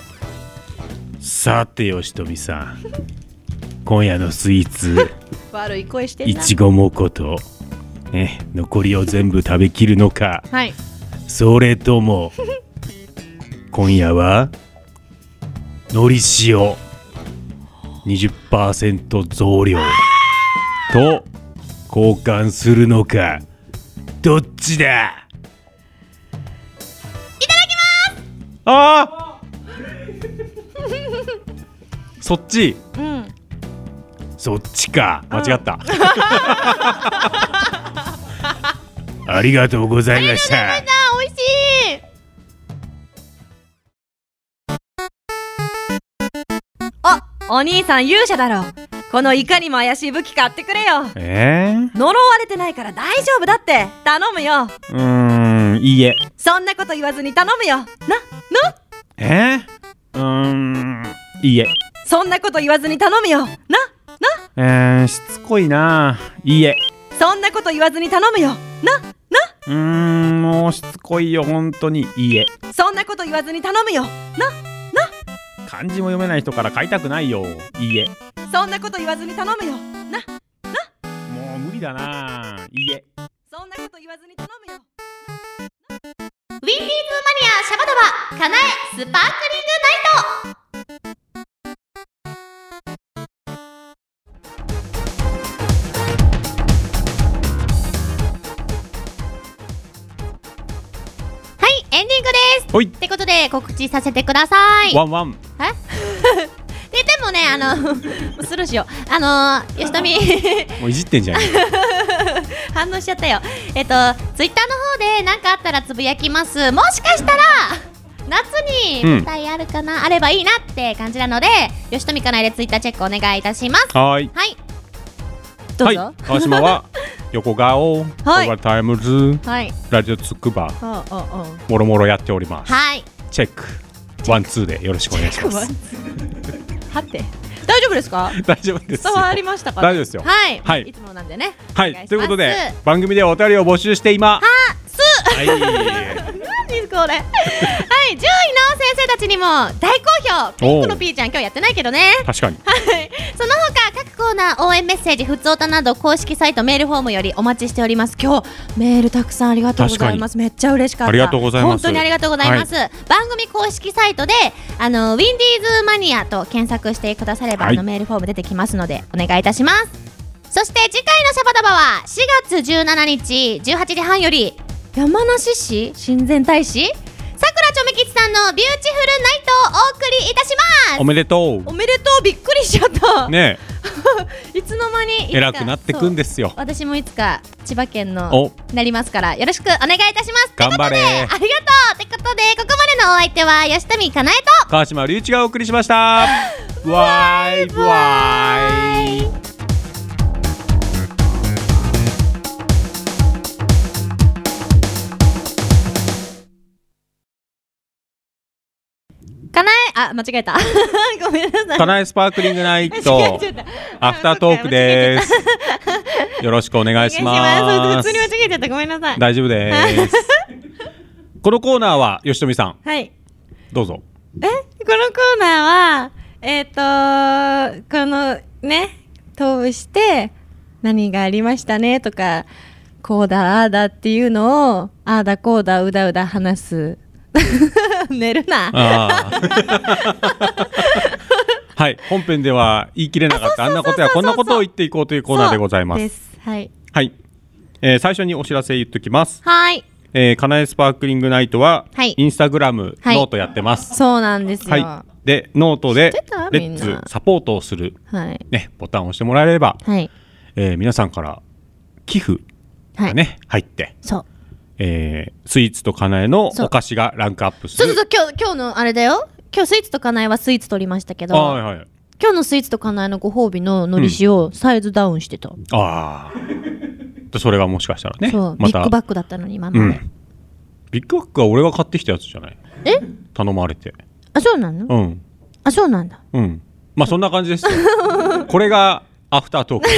B: さて吉富さん今夜のスイーツ
A: 悪い声してんな。
B: いちごもこと、ね、残りを全部食べきるのか、
A: はい、
B: それとも今夜はのり塩 20% 増量と交換するのか、どっちだ？
A: いただきます。
B: あそっち、そっちか、間違った、ありがとうございました。
A: 美味しい。お兄さん勇者だろ。このいかにも怪しい武器買ってくれよ。呪われてないから大丈夫だって頼むよ。
B: いいえ。
A: そんなこと言わずに頼むよ。
B: いいえ。
A: そんなこと言わずに頼むよ。
B: しつこいな。いいえ。
A: そんなこと言わずに頼むよ。
B: もうしつこいよ本当に。いいえ。
A: そんなこと言わずに頼むよ。
B: 漢字も読めない人から買いたくないよ。いいえ。
A: そんなこと言わずに頼むよ。
B: もう無理だな。いいえ。
A: そんなこと言わずに頼むよ。
C: ウィンディーズマニアシャバダバかなえスパークリングナイト。エンディングです。ってことで告知させてください。
B: ワンワン。
C: でもねスルーしよう。吉富
B: もういじってんじゃん。
C: 反応しちゃったよ。ツイッターの方で何かあったらつぶやきます。もしかしたら夏に舞台あるかな、あればいいなって感じなので、吉富かなえでツイッターチェックお願いいたします。
B: はい。
C: どうぞ。
B: 川島は横顔、オーバータイムズ、ラジオつくば、もろもろやっております。チェックワンツーでよろしくお願いします。
A: はて大丈夫ですか？
B: 大丈夫です。
A: 伝わりましたか？
B: 大丈夫ですよ。
A: はい。いつもなんでね。
B: はい。ということで番組ではお便りを募集して今。
A: 何これ。はい。獣医の先生たちにも大好評。ピンクのピーちゃん今日やってないけどね。
B: 確かに。
A: はい。その他各コーナー応援メッセージ、ふつおたなど公式サイトメールフォームよりお待ちしております。今日メールたくさんありがとうございます。めっちゃ嬉しかった。
B: ありがとうございます。
A: 本当にありがとうございます。番組公式サイトでウィンディーズマニアと検索してくださればメールフォーム出てきますのでお願いいたします。そして次回のシャバダバは4月17日18時半より山梨市親善大使さくらちょめきちさんのビューティフルナイトをお送りいたします。
B: おめでとう。
A: おめでとう。びっくりしちゃった
B: ね
A: いつの間に
B: 偉くなってくんですよ。
A: 私もいつか千葉県のなりますからよろしくお願いいたします。
B: 頑張れ。
A: ありがとう。ってことでここまでのお相手は吉富かなえと
B: 川島隆一がお送りしました。バイバイ。
A: かなえ間違えたごめんなさい。
B: かなえスパークリングナイトアフタートークです。よろしくお願いします。
A: 普通に間違えちゃった。ごめんなさい。
B: 大丈夫ですこのコーナーは吉富さん、どうぞ。
A: このコーナーはこのね通して何がありましたねとかこうだああだっていうのをああだこうだうだうだ話す寝るな
B: はい、本編では言い切れなかったあんなことやこんなことを言っていこうというコーナーでございます。
A: はい、
B: はい最初にお知らせ言っときます。
A: はい、
B: かなえスパークリングナイトは、インスタグラム、ノートやってます。
A: そうなんですよ。
B: でノートでレッツサポートをする、ボタンを押してもらえれば、皆さんから寄付がね、入って
A: そう
B: スイーツとかなえのお菓子がランクアップする。
A: そう今日のあれだよ。今日スイーツとかなえはスイーツ取りましたけど、今日のスイーツとかなえのご褒美ののり塩サイズダウンしてた。
B: それがもしかしたらね、
A: ビッグバッグだったのに今まで、
B: ビッグバッグは俺が買ってきたやつじゃない？頼まれて。
A: そうなの？
B: うん。
A: そうなんだ。
B: まあそんな感じですよこれがアフタートーク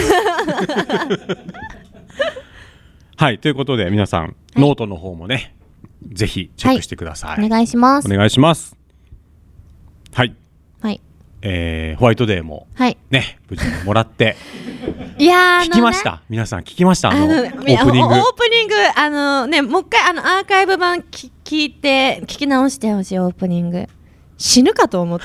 B: はいということで皆さん、ノートの方もねぜひチェックしてください、
A: お願いします。
B: お願いします。はい、ホワイトデーもね、無事にもらって
A: いや
B: 聞きました、皆さん聞きました、オープニング
A: ね、もう一回アーカイブ版聞き直してほしい。オープニング死ぬかと思って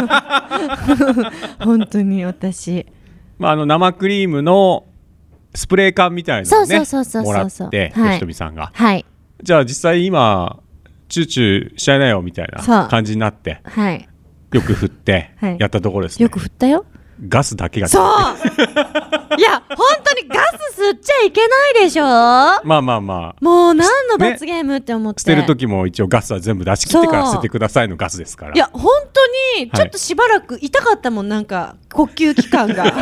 A: 本当に私、
B: 生クリームのスプレー缶みたいなのをねもらって吉富さんが、じゃあ実際今チューチューしちゃいなよみたいな感じになって、よく振ってやったところですね。
A: よく振ったよ。
B: ガスだけが
A: そういや本当にガス吸っちゃいけないでしょ。
B: まあも
A: う何の罰ゲームって思って、
B: 捨てる時も一応ガスは全部出し切ってから捨ててくださいのガスですから。
A: いや本当にちょっとしばらく痛かったもん、なんか呼吸器官が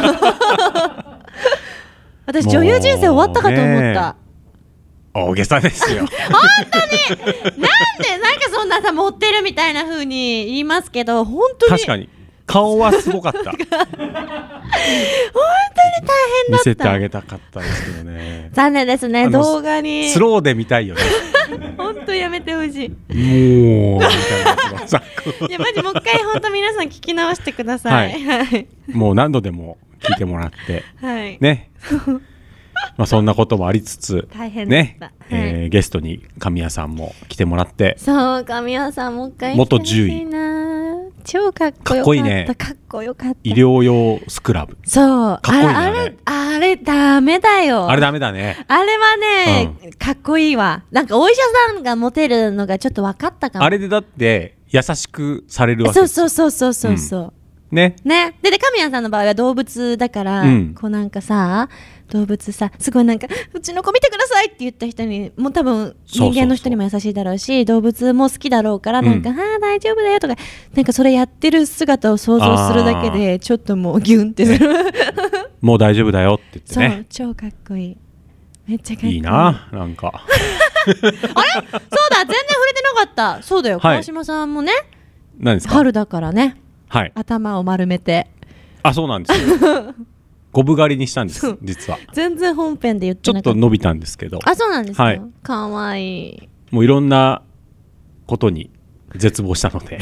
A: 私女優人生終わったかと思った。
B: 大げさですよ
A: 本当になんかそんなさ持ってるみたいな風に言いますけど、本当に
B: 確かに顔はすごかった本当に大変だった。見せてあげたかったですけどね
A: 残念ですね。動画に
B: スローで見たいよね
A: 本当やめてほしい。
B: もうみたいなやつ
A: いやマジもう一回本当皆さん聞き直してください、
B: もう何度でも聞いてもらってねそんなこともありつつ
A: 大変でした
B: ね、ゲストに神谷さんも来てもらって、
A: そう神谷さんもう一回
B: 元獣医、
A: 超かっこよかった。かっこいいね。かっこよかった。
B: 医療用スクラブ。
A: そう。
B: かっこいいね。
A: あれダメだよ。
B: あれダメだね。
A: あれはね、かっこいいわ。なんかお医者さんがモテるのがちょっと分かったかも。
B: あれでだって優しくされるわけです。
A: そうね。で神谷さんの場合は動物だから、こうなんかさ動物さすごいなんかうちの子見てくださいって言った人にもう多分人間の人にも優しいだろうし、動物も好きだろうからなんか、大丈夫だよとかなんかそれやってる姿を想像するだけでちょっともうギュンってする
B: もう大丈夫だよって言ってね。
A: そう超かっこいい。めっちゃかっこいい。
B: いいななんか
A: あれそうだ全然触れてなかった。そうだよ、川島さんもね。
B: 何ですか。
A: 春だからね。
B: 頭
A: を丸めて。
B: あ、そうなんですよゴブ狩りにしたんです実は。
A: 全然本編で言ってなかった。
B: ちょっと伸びたんですけど。
A: あ、そうなんですか。かわいい。
B: もういろんなことに絶望したので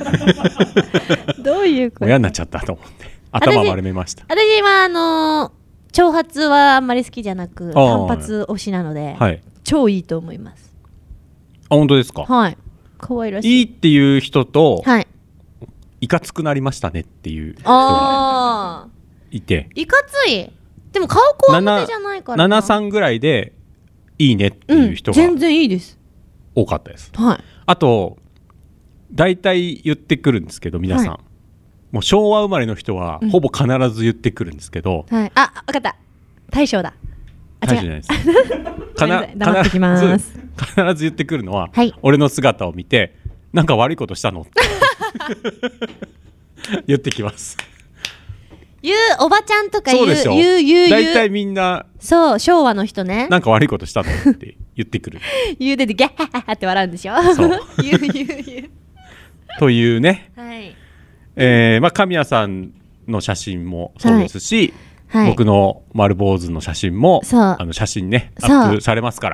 A: どういうこと。
B: 嫌になっちゃったと思って頭丸めました。
A: 私は長髪はあんまり好きじゃなく単髪推しなので、超いいと思います。
B: あ、本当ですか。
A: はい。可愛らしい。
B: いいっていう人と、いかつくなりましたねっていう人がいて。
A: いかつい。でも顔こわもてじゃないからな。
B: 73ぐらいでいいねっていう人が、
A: 全然いいです。
B: 多かったです。あと大体言ってくるんですけど皆さん、もう昭和生まれの人はほぼ必ず言ってくるんですけど、
A: あ、分かった。大将だ。
B: 大将じゃないです必ず言ってくるのは、俺の姿を見てなんか悪いことしたのって言ってきます。
A: 言うおばちゃんとか言う
B: 大体みんな
A: そう昭和の人ね。
B: なんか悪いことしたのって言ってくる
A: 言うでギャッハッハって笑うんでしょ。そう言う
B: というね、神谷さんの写真もそうですし、僕の丸坊主の写真も写真ねアップされますから、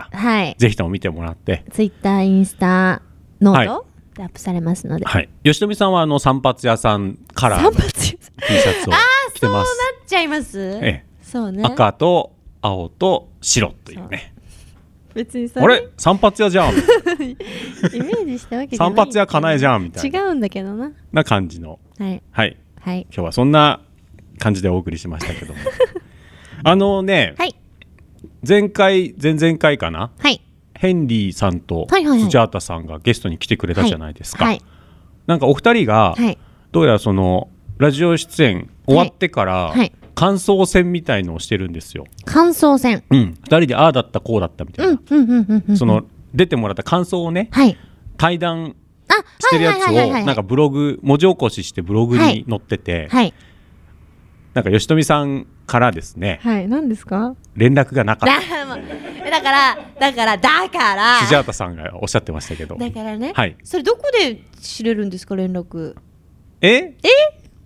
B: ぜひとも見てもらって、
A: ツイッターインスタノートでアップされますので、
B: 吉富さんは散髪屋さんカラーの T シャツを着てます。
A: そうなっちゃいます。そうね。
B: 赤と青と白というね。
A: 別に
B: あれ散髪屋じゃん。イメ
A: ージしたわけじゃない。
B: 散髪屋かなえじゃんみたいな。
A: 違うんだけどな。
B: な感じの。今日はそんな感じでお送りしましたけども。前々回かな。ヘンリーさんとスジャータさんがゲストに来てくれたじゃないですか。なんかお二人がどうやらそのラジオ出演終わってから感想戦みたいのをしてるんですよ。
A: 感想戦。
B: 2人でああだったこうだったみたいな。その出てもらった感想をね、対談してるやつをなんかブログ文字起こししてブログに載ってて、なんか吉富さんからですね。
A: 何ですか？
B: 連絡がなかった。
A: だから
B: スジャータさんがおっしゃってましたけど。
A: だからね。それどこで知れるんですか連絡？
B: 来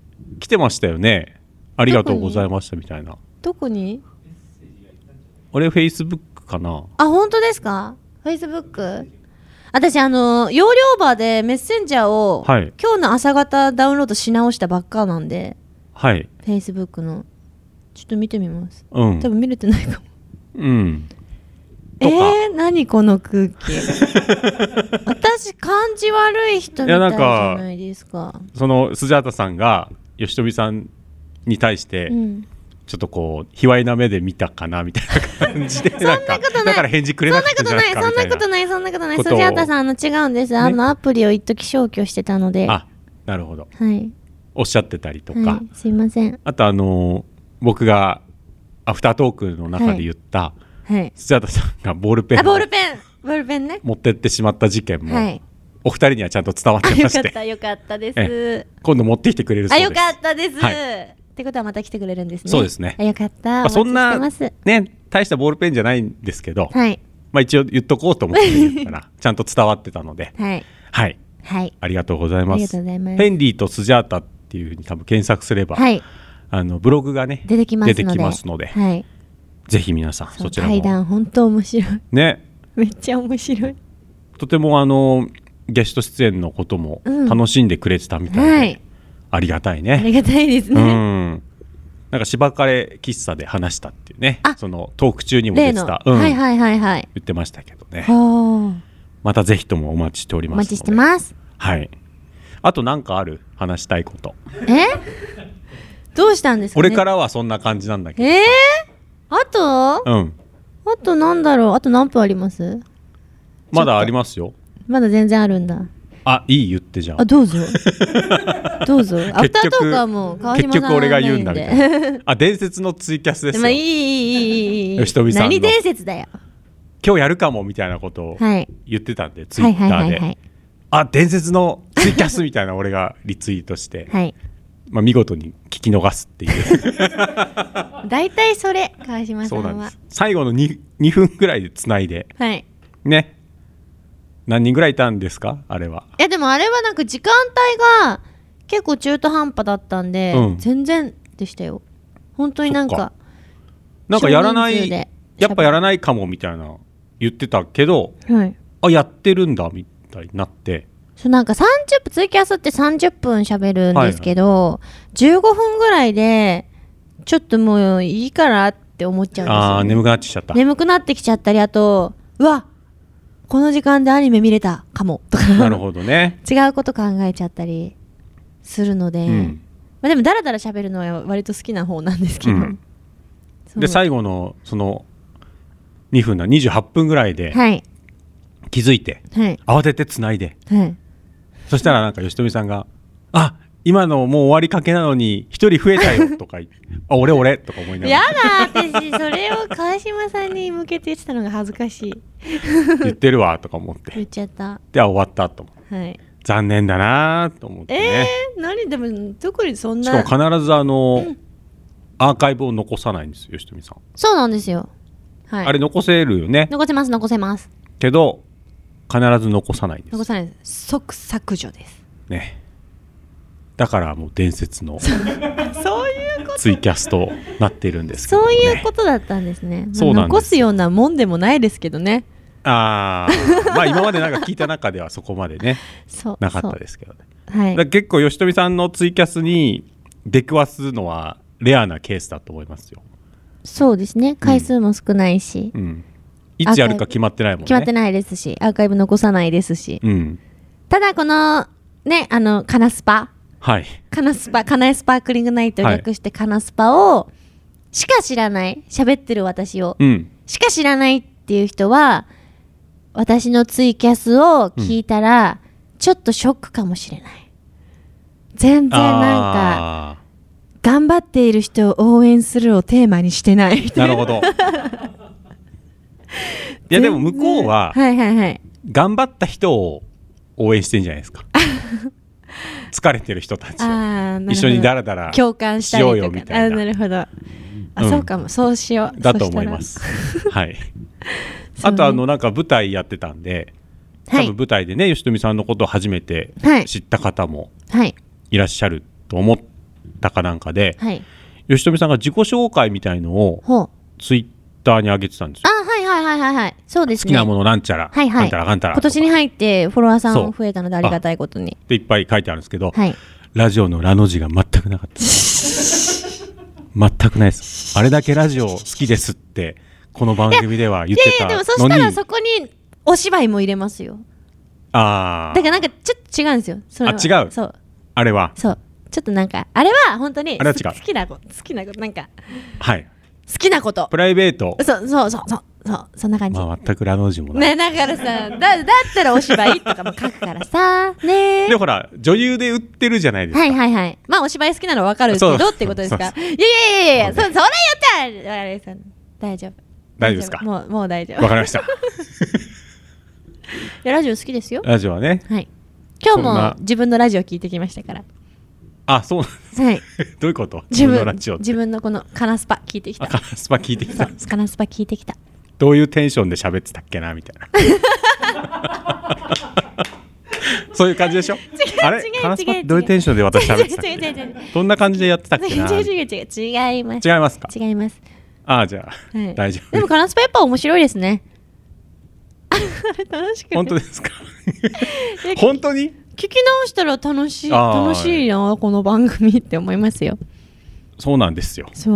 B: てましたよね。ありがとうございましたみたいな。
A: どこに？
B: 俺フェイスブックかな。
A: あ、本当ですか？フェイスブック。私容量オーバーでメッセンジャーを、はい、今日の朝方ダウンロードし直したばっかなんで、
B: はい、
A: フェイスブックのちょっと見てみます。
B: うん、
A: 多分見れてないかも。
B: うん。
A: 何この空気。私感じ悪い人みたいじゃないですか。
B: そのスジャータさんが吉富さんに対して、ちょっとこう卑猥な目で見たかなみたいな感じでなんかだから返事くれなかったんじゃないかみたいな。
A: そんなことない。スジャータさん違うんです。アプリを一時消去してたので。
B: あ、なるほど。
A: はい。
B: おっしゃってたりとか。
A: すいません。
B: あと僕がアフタートークの中で言った。スジャータさんがボールペンね持ってってしまった事件も、お二人にはちゃんと伝わってまして、
A: よかったです。
B: 今度持ってきてくれるそうです。
A: よかったです。ってことはまた来てくれるんですね。
B: そうですね。
A: よかった。
B: そんなね大したボールペンじゃないんですけど、一応言っとこうと思って言ったらちゃんと伝わってたので、はい、ありがとうございます。ヘンリーとスジャータっていうふうに多分検索すれば、ブログがね出てきますので。ぜひ皆さんそちらも
A: 対談本当面白い
B: ね。
A: めっちゃ面白い。
B: とてもゲスト出演のことも楽しんでくれてたみたいで、ありがたいね。
A: ありがたいですね。
B: なんか芝カレー喫茶で話したっていうね、そのトーク中にも出てた、言ってましたけどね。またぜひともお待ちしておりますので。
A: お待ちしてます。
B: はい。あとなんかある？話したいこと。
A: どうしたんですかね。
B: 俺からはそんな感じなんだけど。
A: あとなんだろう。あと何分あります？
B: まだありますよ。
A: まだ全然あるんだ。
B: いい言ってじゃん。
A: どうぞどうぞ。アフタートークはもう川島さん
B: 結局俺が言うんだみたいな。伝説のツイキャスですよ。
A: いい
B: 吉富さんの
A: 何伝説だよ。
B: 今日やるかもみたいなことを言ってたんで、ツイッターで伝説のツイキャスみたいな俺がリツイートして、見事に聞き逃すっていう
A: 大体それ川島さんは
B: そうなんです。最後の 2分ぐらいでつないで、ね。何人ぐらいいたんですかあれは。
A: いやでもあれはなんか時間帯が結構中途半端だったんで、全然でしたよ。本当になんか
B: やらないやっぱやらないかもみたいな言ってたけど、やってるんだみたいになって、
A: なんか30分ツイキャスって30分喋るんですけど、15分ぐらいでちょっともういいからって思っちゃうんですよ、
B: 眠くなってきちゃった。
A: 眠くなってきちゃったり、あとうわこの時間でアニメ見れたかもとか
B: なるほどね
A: 違うこと考えちゃったりするので、でもだらだら喋るのは割と好きな方なんですけど、
B: で最後のその2分だ28分ぐらいで気づいて、慌ててつないで、そしたらなんか吉富さんが今のもう終わりかけなのに1人増えたよとか言って俺とか思いながら
A: やだ私それを川島さんに向けて言ってたのが恥ずかしい
B: 言ってるわとか思って
A: 言っちゃった。
B: で終わったと思って、残念だなと思ってね。
A: 何でも特にそんな
B: しかも必ずアーカイブを残さないんですよ吉富さん。
A: そうなんですよ、
B: あれ残せるよね。
A: 残せます
B: けど必ず残さないんです。
A: 残さないです。即削除です
B: ね。だからもう伝説の
A: そういうこと
B: ツイキャスとなっているんですけど、
A: そういうことだったんですね。残すようなもんでもないですけどね。
B: 今までなんか聞いた中ではそこまでねなかったですけどね。だ結構吉富さんのツイキャスに出くわすのはレアなケースだと思いますよ。
A: そうですね。回数も少ないし、
B: いつやるか決まってないもんね。
A: 決まってないですし、アーカイブ残さないですし、ただこのねカナスパカナエスパークリングナイトを略してカナスパをしか知らない、喋ってる私を、しか知らないっていう人は私のツイキャスを聞いたら、ちょっとショックかもしれない。全然なんか頑張っている人を応援するをテーマにしてない。
B: なるほどいやでも向こうは頑張った人を応援してんじゃないですか疲れてる人たちを一緒にダラダラ
A: 共感したりとか
B: しようよみたいな。
A: なるほど。そうかも、そうしよう。
B: だと思いますはいあとなんか舞台やってたんで、多分舞台でね吉富さんのことを初めて知った方もいらっしゃると思たかなんかで、吉富さんが自己紹介みたいのをツイッターに上げてたんですよ。
A: はいそうですね。
B: 好きなものなんちゃら、かんたらかんたら。
A: 今年に入ってフォロワーさん増えたのでありがたいことに。
B: でいっぱい書いてあるんですけど、ラジオのラの字が全くなかった。全くないです。あれだけラジオ好きですってこの番組では言ってたのに。
A: でもそしたらそこにお芝居も入れますよ。だからなんかちょっと違うんですよ。
B: 違う。
A: そう。
B: あれは。
A: そう。ちょっとなんかあれは本当に
B: あれは違う。
A: 好きなことなんか。
B: はい。
A: 好きなこと。
B: プライベート。
A: そうそんな感じ。
B: 全くラの字もない。
A: ねだからさだったらお芝居とかも書くからさね。
B: でほら女優で売ってるじゃないですか。
A: まあお芝居好きなの分かるけどってことですか。いやそれ言ったら大丈夫ですか。もう大丈夫。
B: わかりました。
A: ラジオ好きですよ。
B: ラジオはね。
A: 今日も自分のラジオ聞いてきましたから。
B: あ、そうなんです。どういうこと？自分のラジオ。
A: 自分のこのカナスパ聞いてきた。
B: カナスパ聞いてきた。
A: カナスパ聞いてきた。
B: どういうテンションで喋ってたっけなみたいな。そういう感じでしょ。あれカナスパどういうテンションで私喋ってたっけ？どんな感じでやってたっけな。
A: 違います。
B: 違いますか？
A: 違います。
B: あ、じゃあ大丈夫。
A: でもカナスパやっぱ面白いですね。楽しくて。
B: 本当ですか？本当に？
A: 聞き直したら楽しいなこの番組って思いますよ。
B: そうなんですよ。
A: そう。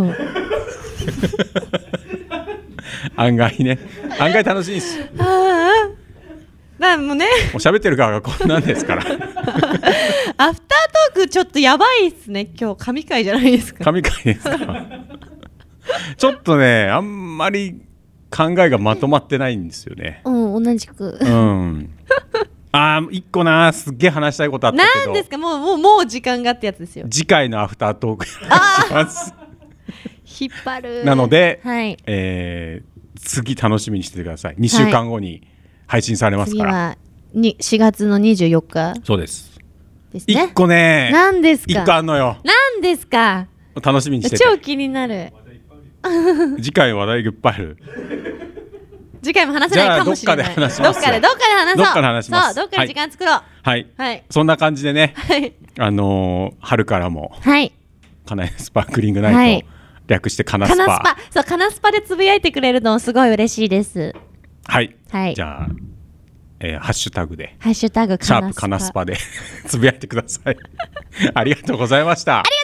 B: 案外楽しいです。
A: だもうね。
B: もう喋ってる側がこんなんですから。
A: アフタートークちょっとやばいですね。今日神回じゃないですか。
B: 神回ですか。ちょっとねあんまり考えがまとまってないんですよね。
A: 同じく。
B: 一個なすっげえ話したいことあったけど。
A: 何ですか。もう時間がってやつですよ。
B: 次回のアフタートークします。
A: 引っ張る。
B: なので、次楽しみにしててください。2週間後に配信されますから。
A: 次は4月の24日。
B: そうです。
A: ですね。
B: 1個ね。
A: 何ですか。
B: 1個あんのよ。
A: 何ですか。
B: 楽しみにしてて。
A: 超気になる。
B: 次回話題がいっぱいある。
A: 次回も話せないかもしれない。どっかで話そう。どっかで話します。そう、どっかで時間作ろう。
B: はい。そんな感じでね。春からも。カナエスパークリングナイト略してカナスパ。
A: そう、カナスパでつぶやいてくれるのすごい嬉しいです。
B: はい。じゃあハッシュタグで。
A: ハッシュタグ
B: カナスパでつぶやいてください。ありがとうございました。